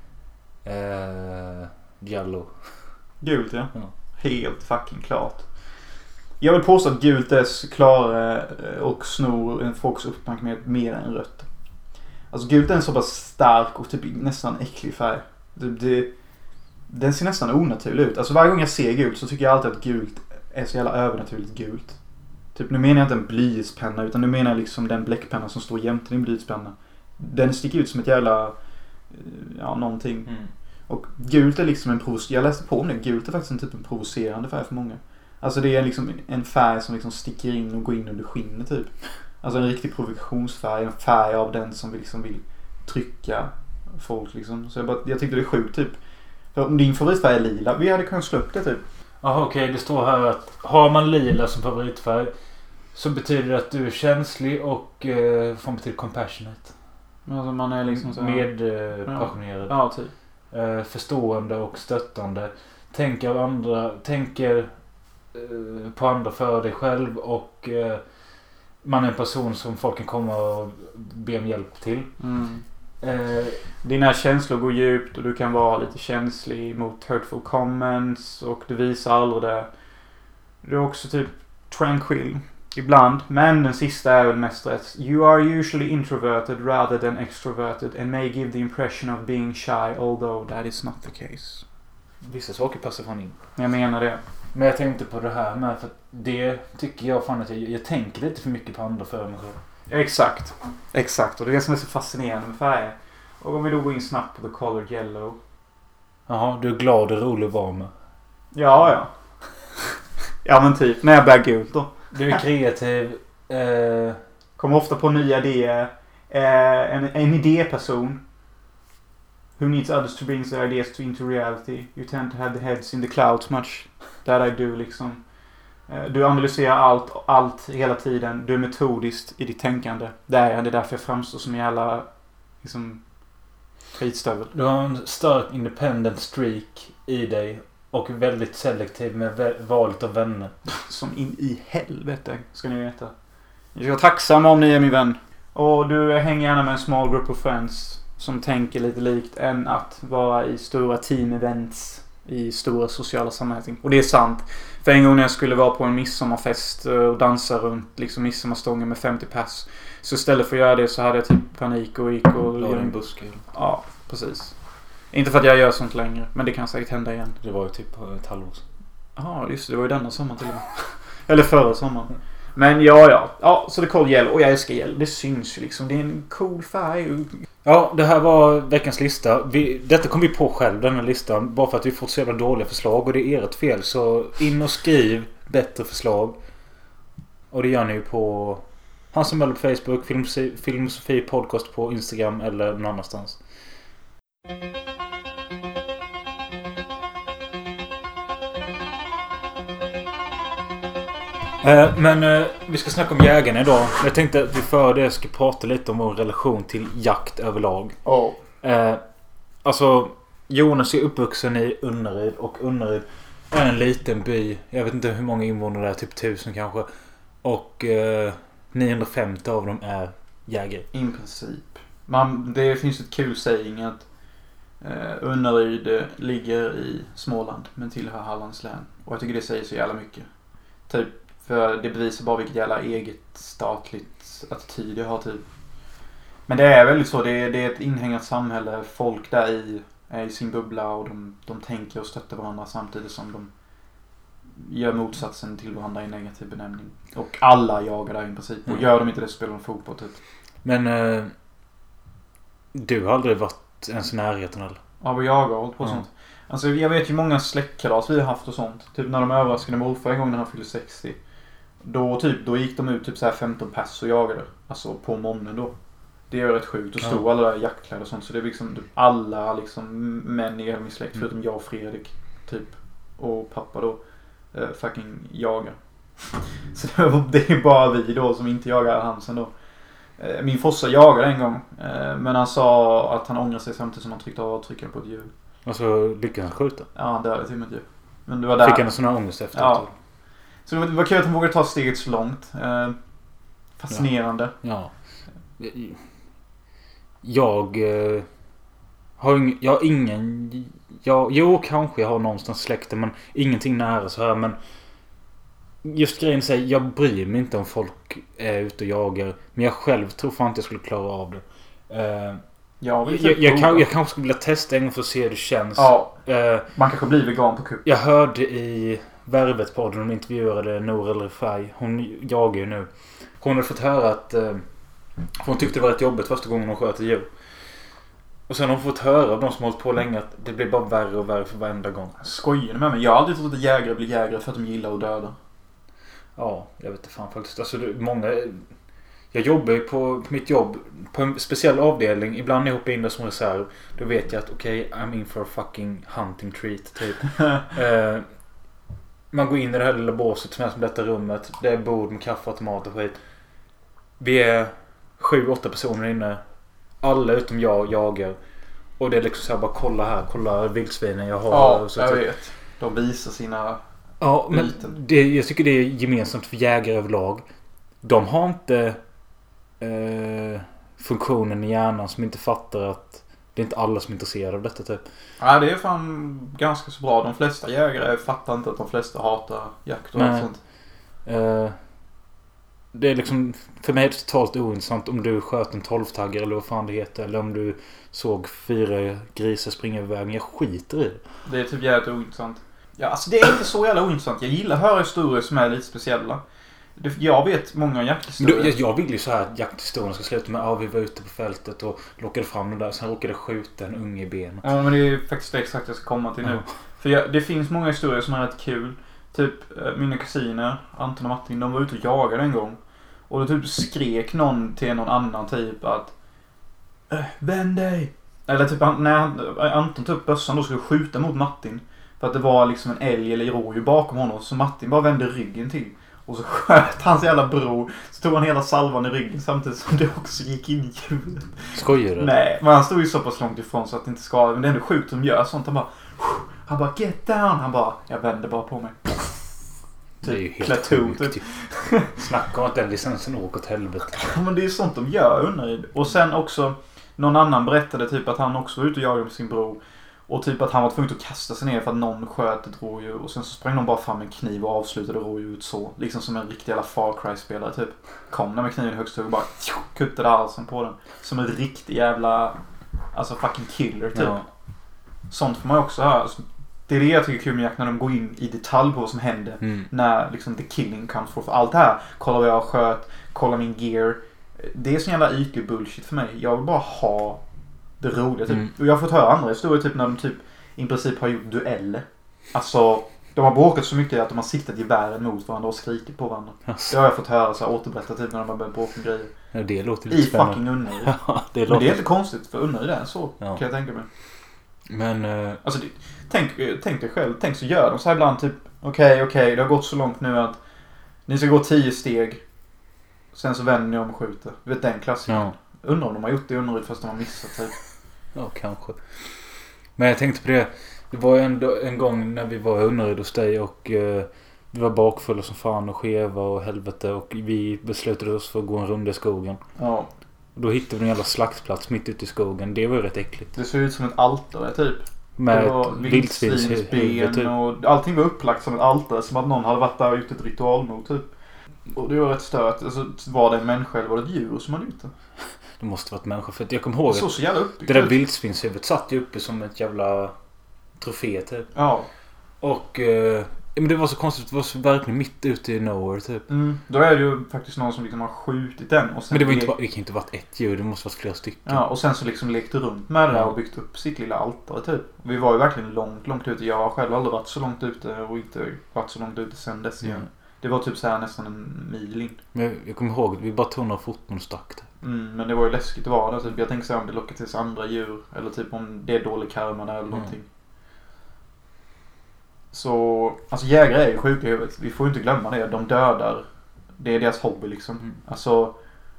B: Giallo.
A: Gult, ja.
B: Ja.
A: Helt fucking klart. Jag vill påstå att gult är klarare och snor en folks uppmärksamhet mer än rött. Alltså gult är en så pass stark och typ nästan äcklig färg. Den ser nästan onaturlig ut. Alltså varje gång jag ser gult så tycker jag alltid att gult är så jävla övernaturligt gult. Typ nu menar jag inte en blyertspenna utan nu menar jag liksom den bläckpenna som står jämte din blyertspenna. Den sticker ut som ett jävla någonting.
B: Mm.
A: Och gult är liksom jag läste på om det. Gult är faktiskt en typ en provocerande färg för många. Alltså det är liksom en färg som liksom sticker in och går in under skinnet typ. Alltså en riktig provokationsfärg. En färg av den som liksom vill trycka folk liksom. Så jag tyckte det är sjukt typ. För om din favoritfärg är lila, vi hade kunnat slå upp det typ.
B: Jaha, okej. Det står här att har man lila som favoritfärg så betyder det att du är känslig och får betyda compassionate.
A: Alltså man är liksom så
B: passionerad.
A: Ja, typ.
B: Förstående och stöttande. Tänker på andra för dig själv och man är en person som folk kan komma och be om hjälp till.
A: Dina känslor går djupt och du kan vara lite känslig mot hurtful comments och du visar aldrig det. Du är också typ tranquil ibland, men den sista är väl mest rätt. You are usually introverted rather than extroverted and may give the impression of being shy although that is not the case.
B: Vissa saker passar fan in.
A: Jag menar det.
B: Men jag tänkte på det här med, för det tycker jag fan att jag tänker lite för mycket på andra för mig själv.
A: Exakt. Och det är det som är så fascinerande med färger. Och om vi då går in snabbt på the color yellow.
B: Jaha, du är glad och rolig att vara med.
A: Ja. Ja men typ, när jag bär gult då.
B: Du är kreativ.
A: Kommer ofta på nya idéer. En idéperson. Who needs others to bring their ideas into reality. You tend to have the heads in the clouds much. That I do liksom. Du analyserar allt hela tiden. Du är metodiskt i ditt tänkande. Det är därför jag framstår som en jävla liksom skitstövel.
B: Du har en stark independent streak i dig och väldigt selektiv med valet av vänner.
A: Som in i helvete ska ni veta. Jag ska vara tacksam om ni är min vän. Och du hänger gärna med en small group of friends som tänker lite likt än att vara i stora team events i stora sociala sammanhang. Och det är sant. För en gång när jag skulle vara på en midsommarfest och dansa runt liksom midsommarstången med 50 pass. Så istället för att göra det så hade jag typ panik och gick och...
B: La en buske.
A: Ja, precis. Inte för att jag gör sånt längre, men det kan säkert hända igen.
B: Det var ju typ ett halvår sedan.
A: Ja, just det. Det var ju denna sommar till och med. Eller förra sommaren. Men ja. Så det är cold yellow. Och jag älskar yellow. Det syns ju liksom. Det är en cool färg.
B: Ja, det här var veckans lista. Detta kom vi på själv, den här listan. Bara för att vi fått så jävla dåliga förslag. Och det är ert fel. Så in och skriv bättre förslag. Och det gör ni ju på Hans och Möller på Facebook, Filmosofi podcast på Instagram eller någon annanstans. Men vi ska snacka om jägarna idag. Jag tänkte att vi för det ska prata lite om vår relation till jakt överlag. Alltså Jonas är uppvuxen i Unnaryd. Och Unnaryd är en liten by. Jag vet inte hur många invånare det är. Typ 1000 kanske. Och 950 av dem är jägare.
A: I princip. Det finns ett kul saying att Unnaryd ligger i Småland men tillhör Hallands län. Och jag tycker det säger så jävla mycket. Typ, för det bevisar bara vilket jävla eget statligt attityd jag har typ. Men det är väldigt så. Det är ett inhängat samhälle. Folk där är i sin bubbla och de tänker och stöttar varandra samtidigt som de gör motsatsen till varandra i negativ benämning. Och alla jagar där i princip. Och gör de inte det så spelar de fotboll typ.
B: Men du har aldrig varit ens i närheten eller?
A: Av att jaga och hållit på sånt. Alltså jag vet ju många släktkalas vi har haft och sånt. Typ när de överraskade morfar en gång när han fyllde 60. Då gick de ut typ så här 15 pass och jagade. Alltså på morgonen då. Det är rätt sjukt. Och stod alla där jaktkläder och sånt. Så det är liksom typ alla liksom män i hela min släkt förutom jag och Fredrik. Typ. Och pappa då. Fucking jagar. Så det är bara vi då som inte jagar Hansen då. Min fossa jagade en gång. Men han sa att han ångrar sig samtidigt som han tryckte av avtryckaren på ett djur.
B: Och så lyckades han skjuta?
A: Ja, han dödade till och med ett djur. Men det var där.
B: Fick han en sån här ångest efter?
A: Ja. Så det var kul att han vågade ta steget så långt. Fascinerande.
B: Ja. Jag har ingen... Jo, kanske jag har någonstans släkten, men ingenting nära så här. Men just grejen säger, jag bryr mig inte om folk är ute och jagar. Men jag själv tror fan inte jag skulle klara av det. Jag kanske skulle vilja testa en gång för att se hur det känns.
A: Ja, man kanske blir vegan på kupp.
B: Jag hörde i Värvet-podden, de intervjuade Nour El Refai. Hon jagar ju nu. Hon hade fått höra att hon tyckte det var rätt jobbigt första gången hon sköt ett djur. Och sen har hon fått höra av de som hållit på länge att det blir bara värre och värre för varenda gång.
A: Skojar du med mig? Jag har aldrig trott att jägare blir jägare för att de gillar att döda.
B: Ja, jag vet inte fan faktiskt. Alltså många... Jag jobbar ju på mitt jobb på en speciell avdelning. Ibland när jag hoppar in där som reserv. Då vet jag att okej, I'm in for a fucking hunting treat typ. Man går in i det här lilla båset som är som detta rummet. Det är bord med kaffe, automat och skit. Vi är 7-8 personer inne. Alla utom jag jagar. Och det är liksom så här, bara kolla vildsvinen jag har.
A: Ja,
B: så
A: jag
B: typ.
A: vet. De visar sina...
B: Ja, men jag tycker det är gemensamt för jägare överlag. De har inte funktionen i hjärnan som inte fattar att det är inte alla som är intresserade av detta typ.
A: Ja, det är fan ganska så bra. De flesta jägare fattar inte att de flesta hatar jakt och allt sånt.
B: Det är liksom, för mig är det totalt ointressant om du sköt en 12-taggare eller vad fan det heter. Eller om du såg 4 grisar springa över vägen. Jag skiter i det. Det
A: är typ jävligt ointressant. Ja, alltså det är inte så jävla ointressant. Jag gillar att höra historier som är lite speciella. Jag vet många jakthistorier.
B: Jag vill ju så här att jakthistorien ska sluta med vi var ute på fältet och lockade fram den där. Sen råkade skjuta en unge i benet.
A: Ja, men det är faktiskt det exakt jag ska komma till nu. För det finns många historier som är rätt kul. Typ mina kusiner, Anton och Martin, de var ute och jagade en gång. Och då typ skrek någon till någon annan typ att vänd dig! Eller typ när Anton tog upp bössan då skulle skjuta mot Martin. För att det var liksom en älg eller rådjur bakom honom. Så Martin bara vände ryggen till. Och så sköt hans jävla bror. Så tog han hela salvan i ryggen samtidigt som det också gick in i djuret.
B: Skojar du?
A: Nej, men han stod ju så pass långt ifrån så att det inte skadade. Men det är ändå sjukt som gör sånt. Han bara get down. Han bara, jag vänder bara på mig.
B: Det är ju helt sjukt. Typ. Snacka om att den licensen åker åt helvete.
A: Ja, men det är sånt de gör under. Och sen också, någon annan berättade typ att han också var ute och jagade med sin bror. Och typ att han var tvungen att kasta sig ner för att någon sköt ett rådjur. Och sen så sprang de bara fram med en kniv och avslutade rådjuret så. Liksom som en riktig jävla Far Cry-spelare typ. Kom där med kniven högst upp och bara kuttade halsen på den. Som en riktig jävla, alltså fucking killer typ. Ja. Sånt får man också höra. Det är det jag tycker är kul med jakt, när de går in i detalj på vad som händer. När liksom the killing comes for allt det här. Kolla vad jag sköt, kolla min gear. Det är sån jävla ytlig bullshit för mig. Jag vill bara ha det roliga typ. Och jag har fått höra andra historier typ när de typ i princip har gjort dueller. Alltså de har bråkat så mycket att de har siktat gevären mot varandra och skrikit på varandra. Det har jag fått höra så här, återberättat typ när de har börjat bråka om grejer.
B: Ja, det låter lite
A: spännande. I fucking Unnaryd.
B: Ja,
A: men det är inte konstigt för Unnaryd är så, kan jag tänka mig.
B: Men
A: alltså tänk dig själv, tänk så gör de så här ibland typ okej, det har gått så långt nu att ni ska gå 10 steg. Sen så vänder ni om och skjuter. Du vet den klassen. Ja. Undrar om de har gjort det Unnaryd fast de har missat typ.
B: Ja, kanske. Men jag tänkte på det. Det var ändå en gång när vi var i Unnaryd hos dig och vi var bakfulla som fan och skeva och helvete och vi beslutade oss för att gå en runda i skogen.
A: Ja.
B: Då hittade vi en jävla slaktplats mitt ute i skogen. Det var ju rätt äckligt.
A: Det såg ut som ett altare typ.
B: Med vildsvinsben
A: typ. Och allting var upplagt som ett altare. Som att någon hade varit där och gjort ett ritualmord typ. Och det var rätt stört. Alltså, var det en människa eller var det ett djur som hade gjort det?
B: Det måste vara ett människa. För jag kommer ihåg
A: att så jävla
B: det där vildsvinshuvudet satt ju uppe som ett jävla trofé typ.
A: Ja.
B: Och Men det var så konstigt. Det var så verkligen mitt ute i nowhere typ.
A: Då är det ju faktiskt någon som liksom har skjutit den. Och sen
B: Men det kan inte varit ett djur. Det måste varit flera stycken.
A: Ja, och sen så liksom lekte runt med det där och byggt upp sitt lilla altare typ. Vi var ju verkligen långt ute. Jag har själv aldrig varit så långt ute och inte varit så långt ute sen dess igen. Det var typ så här nästan en mil in.
B: Men jag kommer ihåg att vi bara tog några foton och stack det.
A: Men det var ju läskigt att vara där. Typ. Jag tänker så här om det lockar till sig andra djur. Eller typ om det är dålig karma där eller någonting. Så, alltså jägare är ju sjuka i huvudet. Vi får ju inte glömma det. De dödar. Det är deras hobby liksom. Alltså,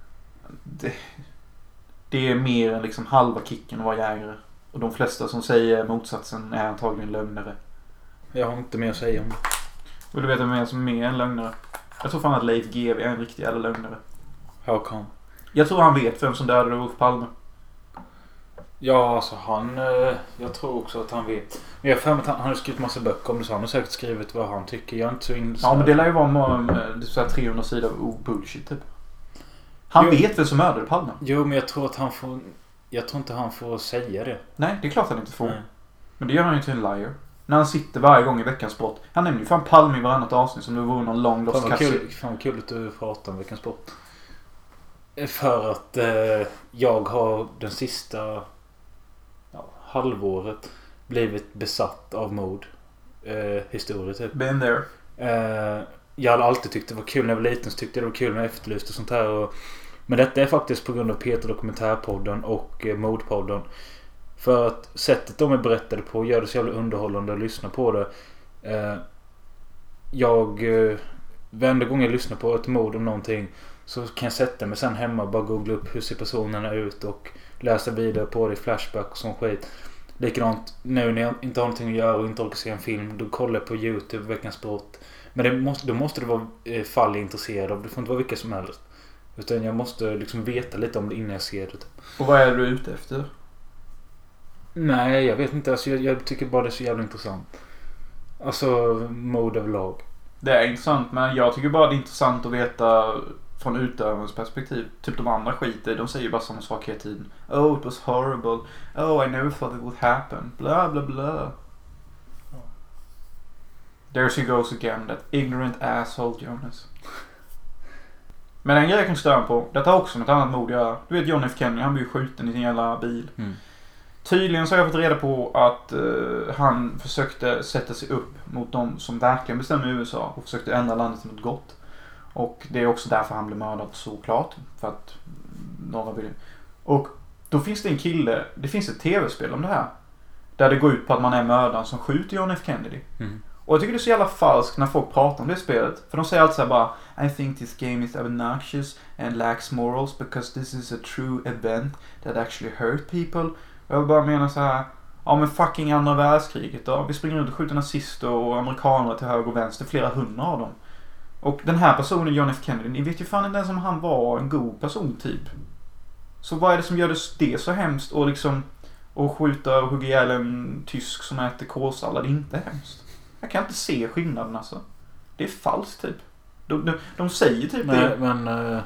A: det är mer än liksom halva kicken att vara jägare. Och de flesta som säger motsatsen är antagligen lögnare.
B: Jag har inte mer att säga om det.
A: Vill du veta vem som är en lögnare? Jag tror fan att Leif GW är en riktig jävla lögnare.
B: How come?
A: Jag tror han vet vem som dödade Olof Palme.
B: Ja, alltså jag tror också att han vet. Men jag har för mig att han har skrivit massa böcker om det, så han har säkert skrivit vad han tycker. Jag är inte så
A: Ja, men det lär ju vara så här 300 sidor av bullshit typ. Han vet vem som mördade Palme.
B: Jo, men jag tror inte han får säga det.
A: Nej, det är klart han inte får.
B: Nej.
A: Men det gör han ju till en liar. När han sitter varje gång i Veckans brott. Han nämner ju fan Palme i varannat avsnitt som det vore någon lång lost kasse.
B: Fan vad kul att du pratar om Veckans brott. För att jag har den sista halvåret blivit besatt av mord. Historier typ.
A: Been there.
B: Jag hade alltid tyckt det var kul när jag var liten, så tyckte jag det var kul med Efterlyst och sånt här. Men detta är faktiskt på grund av Peter Dokumentärpodden och Mordpodden. För att sättet de är berättade på gör det så jävla underhållande att lyssna på det. Varenda gång jag lyssnar på ett mord om någonting så kan jag sätta mig sen hemma och bara googla upp hur ser personerna ut och läsa vidare på det i Flashback och sån skit. Likadant nu när jag inte har någonting att göra och inte orkar se en film, då kollar jag på YouTube Veckans brott. Men då måste det vara fall jag är intresserad av. Det får inte vara vilka som helst. Utan jag måste liksom veta lite om det innan jag ser det.
A: Och vad är du ute efter?
B: Nej, jag vet inte. Alltså, jag tycker bara det är så jävla intressant. Alltså, mord överlag.
A: Det är intressant, men jag tycker bara det är intressant att veta från utövarens perspektiv. Typ de andra skiter, de säger ju bara samma sak hela tiden. Oh, it was horrible. Oh, I never thought it would happen. Bla bla bla. There she goes again, that ignorant asshole Jonas. Men en grej jag kan störa på, detta har också med ett annat mord jag. Du vet John F. Kennedy, han blev skjuten i sin jävla bil. Tydligen så har jag fått reda på att han försökte sätta sig upp mot de som verkligen bestämmer i USA och försökte ändra landet till något gott. Och det är också därför han blev mördad, såklart. För att några vill. Och då finns det en kille, det finns ett tv-spel om det här. Där det går ut på att man är mördaren som skjuter John F. Kennedy. Och jag tycker det är så jävla falskt när folk pratar om det spelet. För de säger alltid så här bara, I think this game is obnoxious and lacks morals because this is a true event that actually hurt people. Och jag bara menar så här, ja men fucking andra världskriget då. Vi springer runt och skjuter nazister och amerikaner till höger och vänster, flera hundra av dem. Och den här personen, John F. Kennedy, ni vet ju fan inte ens om han var en god person typ. Så vad är det som gör det så hemskt och liksom och skjuta och hugga ihjäl en tysk som äter kålsallad? Det är inte hemskt. Jag kan inte se skillnaden alltså. Det är falskt typ. De säger typ det.
B: Men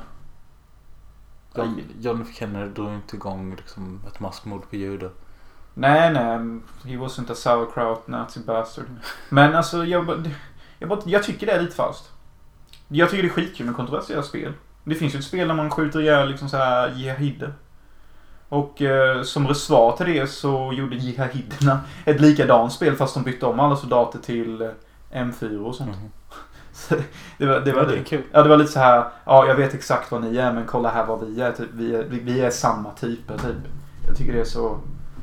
B: John F. Kennedy drog inte igång liksom ett massmord på judar.
A: Nej. He wasn't a sauerkraut nazi bastard. Men alltså jag tycker det är lite falskt. Jag tycker det är skitkul med kontroversiella spel. Det finns ju ett spel där man skjuter ihjäl liksom så här jihahider. Och som svar till det så gjorde jihahiderna ett likadant spel fast de bytte om alla soldater till M4 och sånt. Så det var
B: kul.
A: Ja, det var lite så här, ja jag vet exakt vad ni är men kolla här vad vi är typ, vi är samma typer typ. Jag tycker det är så.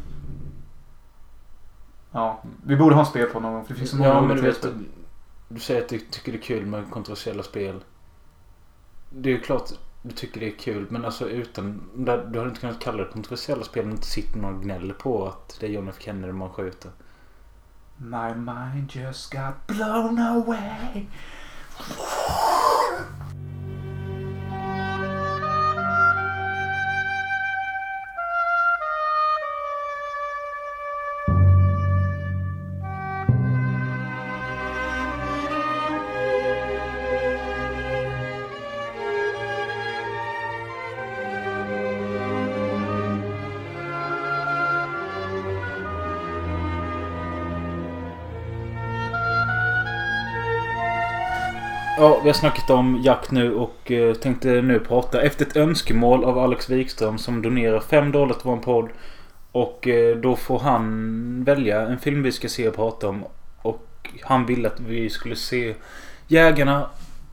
A: Ja, vi borde ha en spel på någon gång för det finns så många
B: men du säger att du tycker det är kul med kontroversiella spel. Det är ju klart du tycker det är kul, men alltså utan du hade inte kunnat kalla det kontroversiella spel om det inte sitter någon och gnäller på att det är John F. Kennedy man skjuter.
A: My mind just got blown away.
B: Ja, vi har snackat om jakt nu och tänkte nu prata efter ett önskemål av Alex Wikström som donerar $5 till vår podd. Och då får han välja en film vi ska se och prata om. Och han ville att vi skulle se Jägarna.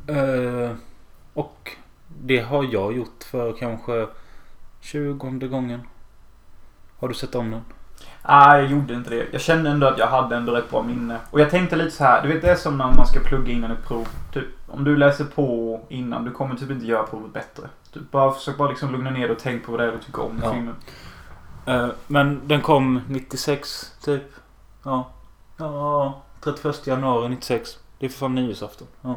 B: Och det har jag gjort för kanske 20:e gången. Har du sett om den?
A: Nej, jag gjorde inte det. Jag kände ändå att jag hade ändå rätt bra minne. Och jag tänkte lite så här. Du vet, det är som när man ska plugga innan ett prov. Typ, om du läser på innan, du kommer typ inte göra provet bättre. Du försök bara liksom lugna ner och tänk på vad det är du tycker om filmen.
B: Men den kom 96 typ. Ja, 31 januari 96. Det är för fan nyårsafton. Ja.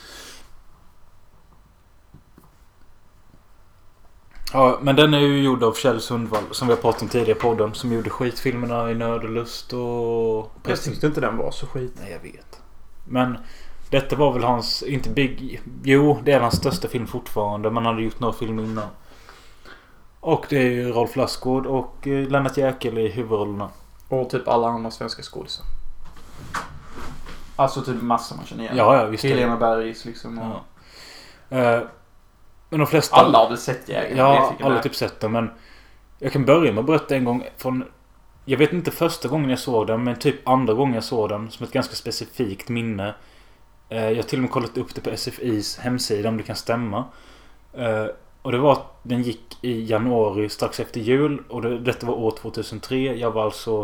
B: Ja, men den är ju gjord av Kjell Sundvall som vi har pratat om tidigare på podden, som gjorde skitfilmerna i Nörd och Lust och...
A: Jag tyckte inte den var så skit.
B: Nej, jag vet. Men detta var väl hans, inte big... Jo, det är hans största film fortfarande, men han hade gjort några filmer innan. Och det är ju Rolf Lassgård och Lennart Jäkel i huvudrollerna.
A: Och typ alla andra svenska skådisar. Alltså typ massor man känner igen.
B: Ja, visst.
A: Helena Bergs liksom. Och...
B: Ja. Men de flesta...
A: Alla har väl sett Jägarna?
B: Ja, alla har typ sett den, men jag kan börja med att berätta en gång från... Jag vet inte första gången jag såg den, men typ andra gången jag såg den som ett ganska specifikt minne. Jag har till och med kollat upp det på SFIs hemsida om det kan stämma. Och det var att den gick i januari strax efter jul. Och detta var år 2003. Jag var alltså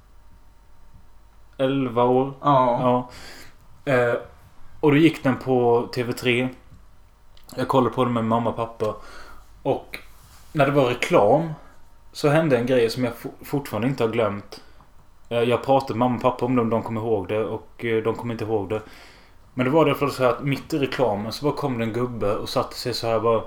B: 11 år.
A: Ja.
B: Och då gick den på TV3. Jag kollade på den med mamma och pappa. Och när det var reklam så hände en grej som jag fortfarande inte har glömt. Jag pratade med mamma och pappa om det, om de kommer ihåg det. Och de kommer inte ihåg det. Men det var därför så att mitt i reklamen så bara kom det en gubbe och satte sig så här bara...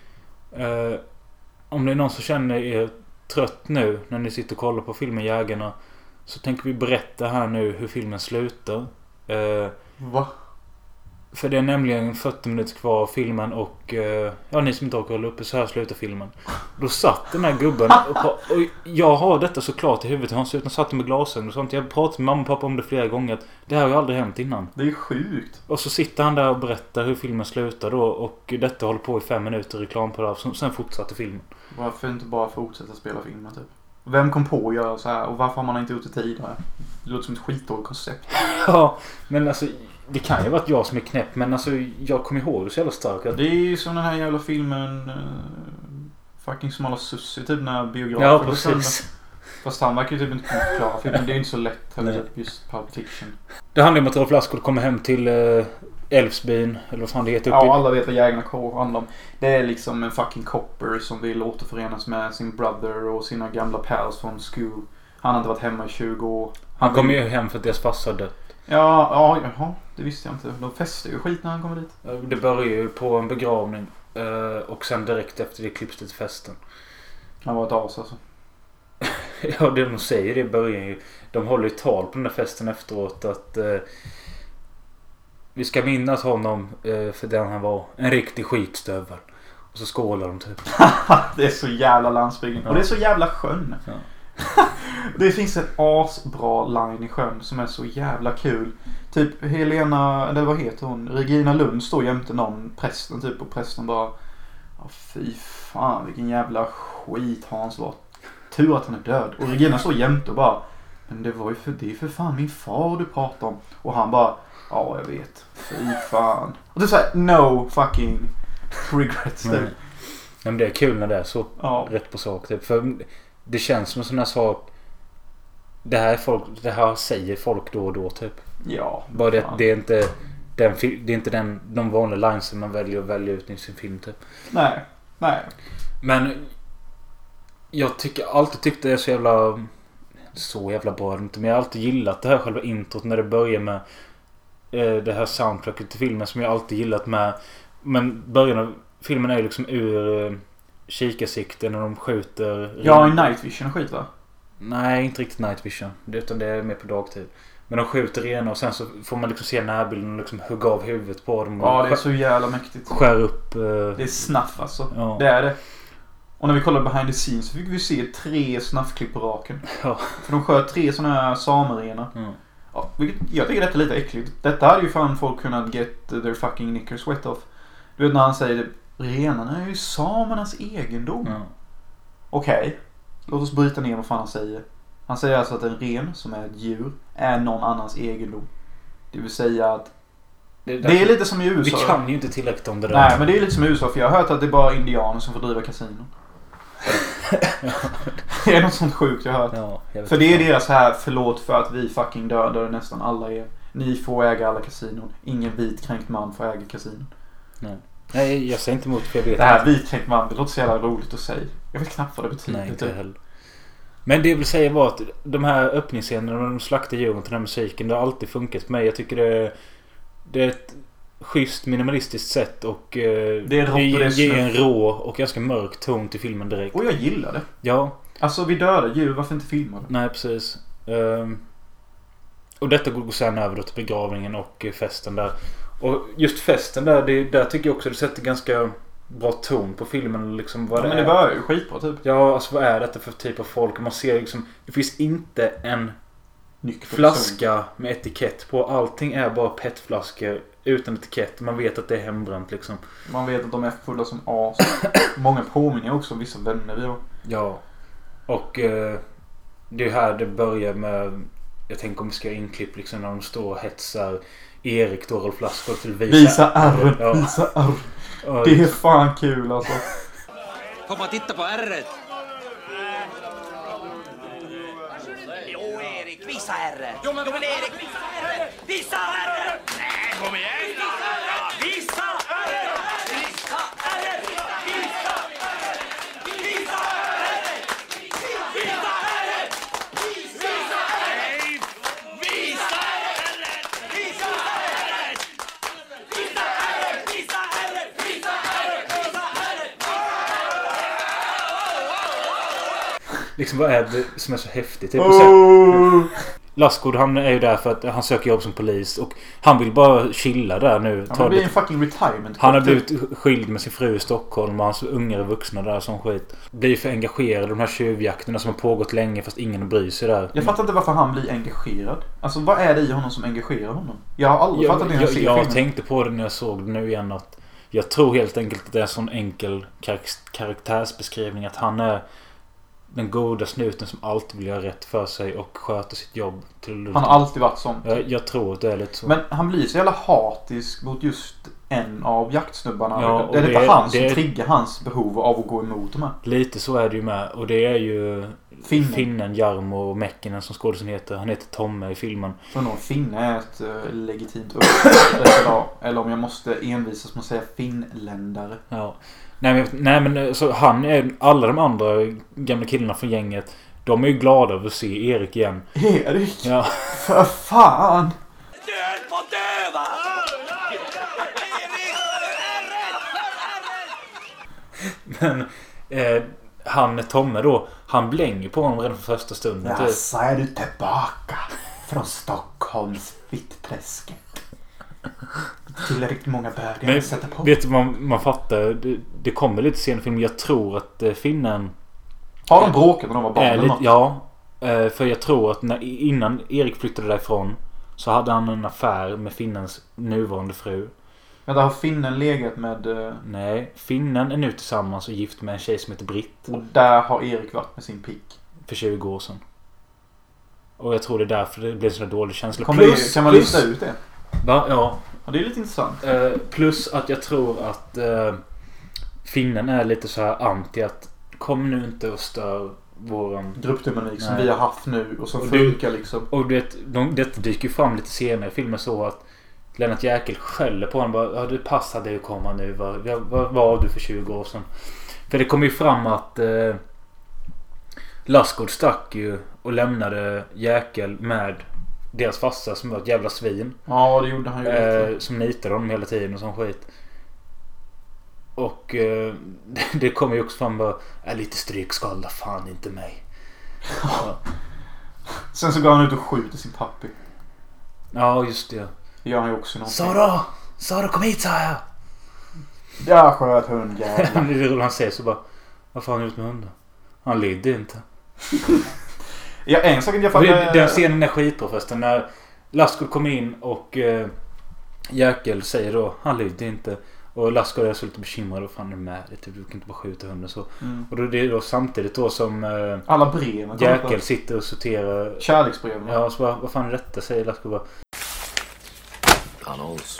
B: om det är någon som känner er trött nu när ni sitter och kollar på filmen Jägarna, så tänker vi berätta här nu hur filmen slutar.
A: Va?
B: För det är nämligen 40 minuter kvar av filmen och ja, ni som inte orkar hålla uppe, så här slutar filmen. Då satt den här gubben och jag har detta såklart i huvudet. Han satt med glasögon och sånt. Jag har pratat med mamma och pappa om det flera gånger, att det här har ju aldrig hänt innan.
A: Det är sjukt.
B: Och så sitter han där och berättar hur filmen slutar då, och detta håller på i 5 minuter reklam på det. Sen fortsatte filmen.
A: Varför inte bara fortsätta spela filmen typ? Vem kom på att göra så här? Och varför har man inte gjort det tidigare? Det låter som ett skitdåligt koncept.
B: Ja, men alltså det kan ju vara att jag som är knäpp, men alltså jag kommer ihåg det så jävla starkt.
A: Det är ju som den här jävla filmen fucking Smala Sussi typ, när biografen.
B: Ja, precis.
A: Fast han verkar ju typ inte kunna förklara filmen. Det är inte så lätt heller, just Pulp Fiction.
B: Det handlar om att Rolf Lassgård kommer hem till Älvsbyn, eller vad fan det heter.
A: Ja, alla vet vad Jägarna handlar om. Det är liksom en fucking copper som vill återförenas med sin brother och sina gamla pals från school. Han har inte varit hemma i 20 år.
B: Han kommer ju hem för att deras farsa dött.
A: Ja, det visste jag inte. De festar ju skit när han kommer dit.
B: Det börjar ju på en begravning och sen direkt efter det klipps det till festen.
A: Han var ett as alltså.
B: Ja, det de säger det börjar ju. De håller ju tal på den där festen efteråt att vi ska minnas honom för den han var. En riktig skitstövel. Och så skålar de typ.
A: Det är så jävla landsbygden. Ja. Och det är så jävla sjön. Ja. Det finns en asbra line i sjön som är så jävla kul. Typ Helena, eller vad heter hon? Regina Lund står jämte någon, prästen typ, och prästen bara, fy fan vilken jävla skit Hans var. Tur att han är död. Och Regina står jämte och bara, men det var ju för fan min far du pratar om. Och han bara, ja jag vet, fy fan. Och det är såhär, no fucking regrets typ.
B: Nej, men det är kul när det är så rätt på sak typ. För det känns som en sån här sak. Det här säger folk då och då typ.
A: Ja.
B: Bara det är inte de vanliga linesen man väljer ut i sin film typ.
A: Nej.
B: Men jag alltid tyckte det är så jävla bra inte, men jag har alltid gillat det här själva introt när det börjar med det här soundtracket till filmen som jag alltid gillat med. Men början av filmen är ju liksom ur kikarsikten när de skjuter.
A: Ja, i night vision och skit va?
B: Nej, inte riktigt night vision. Utan det är mer på dagtid. Men de skjuter rena och sen så får man liksom se närbilden och liksom hugga av huvudet på dem.
A: Ja, det är så jävla mäktigt.
B: Skär upp.
A: Det är snaff alltså.
B: Ja.
A: Det är det. Och när vi kollade behind the scenes så fick vi se 3 snaffklipp på raken.
B: Ja.
A: För de sköt 3 sådana här samerenar.
B: Mm.
A: Ja, vilket jag tycker detta är lite äckligt. Detta hade ju fan folk kunnat get their fucking knickers wet off. Du vet när han säger det, renarna är ju samernas egendom.
B: Ja.
A: Okej, låt oss bryta ner vad fan han säger. Han säger alltså att en ren, som är ett djur, är någon annans egendom. Det vill säga att det är lite som i USA.
B: Vi kan ju inte tillräckligt om det där.
A: Nej, men det är lite som i USA, för jag har hört att det är bara indianer som får driva kasinon. Det är något sånt sjukt jag har hört.
B: Ja,
A: för det är deras här, förlåt för att vi fucking dödar nästan alla er. Ni får äga alla kasinon. Ingen vitkränkt man får äga kasinon.
B: Nej, jag säger inte emot, för jag vet
A: det här
B: inte.
A: vitkränkt man, det låter så jävla roligt att säga. Jag vet knappt vad det betyder.
B: Nej, inte heller. Men det jag vill säga var att de här öppningsscenerna, de slaktar djuren till den här musiken, det har alltid funkat för mig. Jag tycker det är ett schysst minimalistiskt sätt och det ger en rå och ganska mörk ton till filmen direkt.
A: Och jag gillar det.
B: Ja.
A: Alltså vi dödar djur, varför inte filma det?
B: Nej, precis. Och detta går sen över då till begravningen och festen där. Och just festen där tycker jag också det sätter ganska bra ton på filmen liksom, vad
A: men det var ju skitbra typ.
B: Ja, alltså vad är detta för typ av folk? Man ser liksom, det finns inte en flaska med etikett på. Allting är bara petflaskor utan etikett. Man vet att det är hembränt liksom.
A: Man vet att de är fulla som as. Många påminner också om vissa vänner vi har.
B: Ja. Och det är här det börjar med. Jag tänker om vi ska inklipp liksom när de står och hetsar Erik då flaskor till
A: visa ärren. Ja. Visa ärren. Det är fan kul alltså.
D: Kom och titta på ärret. Jo, Erik, visa ärret. Jo, men Erik, visa ärret. Visa ärret. Nej, kom igen. Visa ärret. Visa ärret. Visa ärret. Visa ärret. Visa ärret. Visa ärret. Visa ärret. Visa ärret. Visa ärret. Visa ärret. Visa ärret. Visa ärret.
B: Liksom vad är det som är så häftigt? Lassgård, han är ju där för att han söker jobb som polis och han vill bara chilla där nu.
A: Han blir en fucking retirement.
B: Han har blivit skild med sin fru i Stockholm och hans unga vuxna där som skit. Blir för engagerad i de här tjuvjakterna som har pågått länge fast ingen bryr sig där.
A: Jag fattar inte varför han blir engagerad. Alltså vad är det i honom som engagerar honom? Jag har aldrig fattat det när jag ser filmen.
B: Jag tänkte på det när jag såg det nu igen att jag tror helt enkelt att det är en sån enkel karaktärsbeskrivning att han är den goda snuten som alltid vill göra rätt för sig och sköta sitt jobb till.
A: Han har alltid varit sån.
B: Jag tror att det är lite så.
A: Men han blir så jävla hatisk mot just en av jaktsnubbarna. Ja, det är inte han som triggar hans behov av att gå emot dem här.
B: Lite så är det ju med. Och det är ju Finnen Jarmo Mäkkinen som skådespelaren heter. Han heter Tomme i filmen.
A: Så någon finne är ett legitimt ord. Eller om jag måste envisas med att säga finländare.
B: Ja. Nej men så han är alla de andra gamla killarna från gänget. De är ju glada över att se Erik igen.
A: Erik?
B: Ja.
A: För fan!
D: Död på döva!
B: Men han Tomme då, han blänger på honom redan för första stunden.
A: Ja, så är du tillbaka från Stockholms Fitträsket. Tillräckligt många bögar att sätta på.
B: Vet du, man fattar det kommer lite sen film. Jag tror att finnen
A: har de bråkat när de var barn?
B: Ja, för jag tror att innan Erik flyttade därifrån så hade han en affär med finnens nuvarande fru.
A: Men där har finnen legat med...
B: Nej, finnen är nu tillsammans och gift med en tjej som heter Britt.
A: Och där har Erik varit med sin pick.
B: För 20 år sedan. Och jag tror det är därför det blev så dålig känsla.
A: Kan man lista ut det?
B: Va? Ja.
A: Ja, det är lite intressant.
B: Plus att jag tror att finnen är lite så här anti att kom nu inte och stör våran
A: gruppdynamik som vi har haft nu och som funkar liksom.
B: Och det dyker ju fram lite senare i filmen så att Lennart Jäkel skäller på honom bara, ja, du passade att komma nu. Vad var du för 20 år sedan? För det kom ju fram att Lassgård stack ju och lämnade Jäkel med deras farsa som var ett jävla svin.
A: Ja, det gjorde han ju.
B: Som nitade honom hela tiden och sån skit. Och det kommer ju också fram bara, lite strykskadad, fan inte mig. Ja.
A: Sen så går han ut och skjuter sin pappi.
B: Ja, just det.
A: Det gör han ju också någonting.
B: Sara, kom hit, sa jag.
A: Jag sköt hund, jävlar.
B: Han säger så bara, vad fan har du gjort med hunden? Han lydde inte.
A: Ja, en sak jag fattar...
B: Den scenen är skitbra förresten när Lassgård kommer in och Jäkel säger då han lydde inte. Och Lassgård är så lite bekymrad. Vad fan är det med det? Typ, du kan inte bara skjuta hunden så. Och då det är då samtidigt då som
A: alla brev
B: Jäkel sitter och sorterar
A: kärleksbrev.
B: Ja, så vad fan är detta? Säger Lassgård bara.
E: Kanals.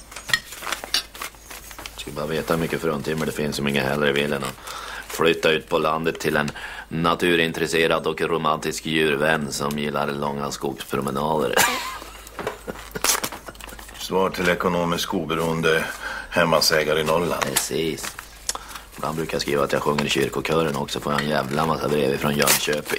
E: Ska bara veta hur mycket fruntimmer det finns som inga hellre vill än att flytta ut på landet till en naturintresserad och romantisk djurvän som gillar långa skogspromenader.
C: Svar till ekonomisk oberoende hemmansägare i Norrland.
E: Precis. Ibland brukar jag skriva att jag sjunger i kyrkokören också. Får jag en jävla massa brev från Jönköping.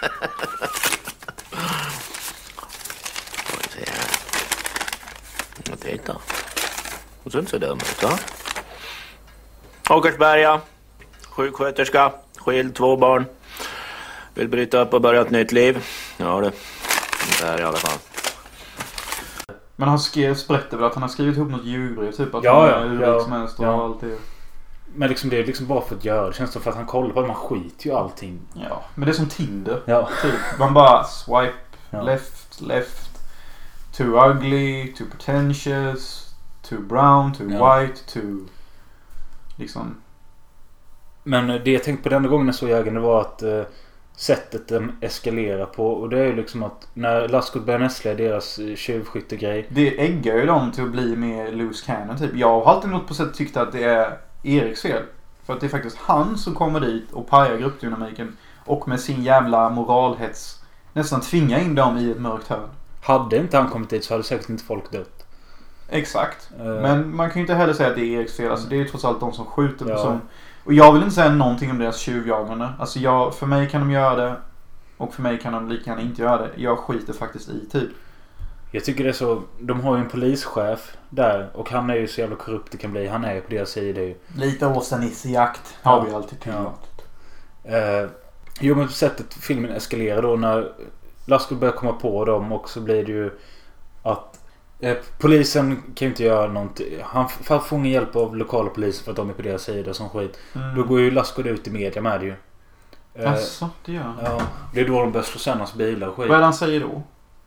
E: Får vi se här. Och titta. Och så inte så dum ut, va? Åkersberga. Sjuksköterska. Skild, 2 barn. Vill bryta upp och börja ett nytt liv. Ja, det är i alla fall.
A: Men han berättade väl att han har skrivit ihop något djurbrev typ att
B: ja,
A: han är hur som helst och allt det.
B: Men liksom det är liksom bara för att göra. Det känns som för att han kollar på att man skiter ju allting.
A: Ja, men det är som Tinder.
B: Ja.
A: Typ. Man bara swipe left. Too ugly, too pretentious, too brown, too white, too liksom. Men
B: det jag tänkte på den gången jag såg Jägaren, det var att sättet den eskalerar på. Och det är ju liksom att när Lassgård börjar näsla deras tjuvskyttegrej.
A: Det äggar ju dem till att bli mer loose cannon typ. Jag har alltid något på sätt tyckt att det är Eriks fel. För att det är faktiskt han som kommer dit och pajar gruppdynamiken. Och med sin jävla moralhets nästan tvinga in dem i ett mörkt hörn.
B: Hade inte han kommit dit så hade säkert inte folk dött.
A: Exakt. Men man kan ju inte heller säga att det är Eriks fel. Alltså det är ju trots allt de som skjuter på som. Och jag vill inte säga någonting om deras tjuvjagande. Alltså för mig kan de göra det. Och för mig kan de lika gärna inte göra det. Jag skiter faktiskt i typ.
B: Jag tycker det är så. De har ju en polischef där. Och han är ju så jävla korrupt det kan bli. Han är ju på deras sida ju.
A: Lite Åsa-Nisse-jakt har vi alltid tillåtit.
B: Jo men på sättet filmen eskalerar då när Lassgård börjar komma på dem. Och så blir det ju att polisen kan ju inte göra någonting. Han får ingen hjälp av lokala polisen för att de är på deras sida som skit. Då går ju Lassgård ut i media med det ju.
A: Alltså, det gör han.
B: Ja, det är då de börjar slå sönder hans bilar och skit.
A: Vad är det han säger då?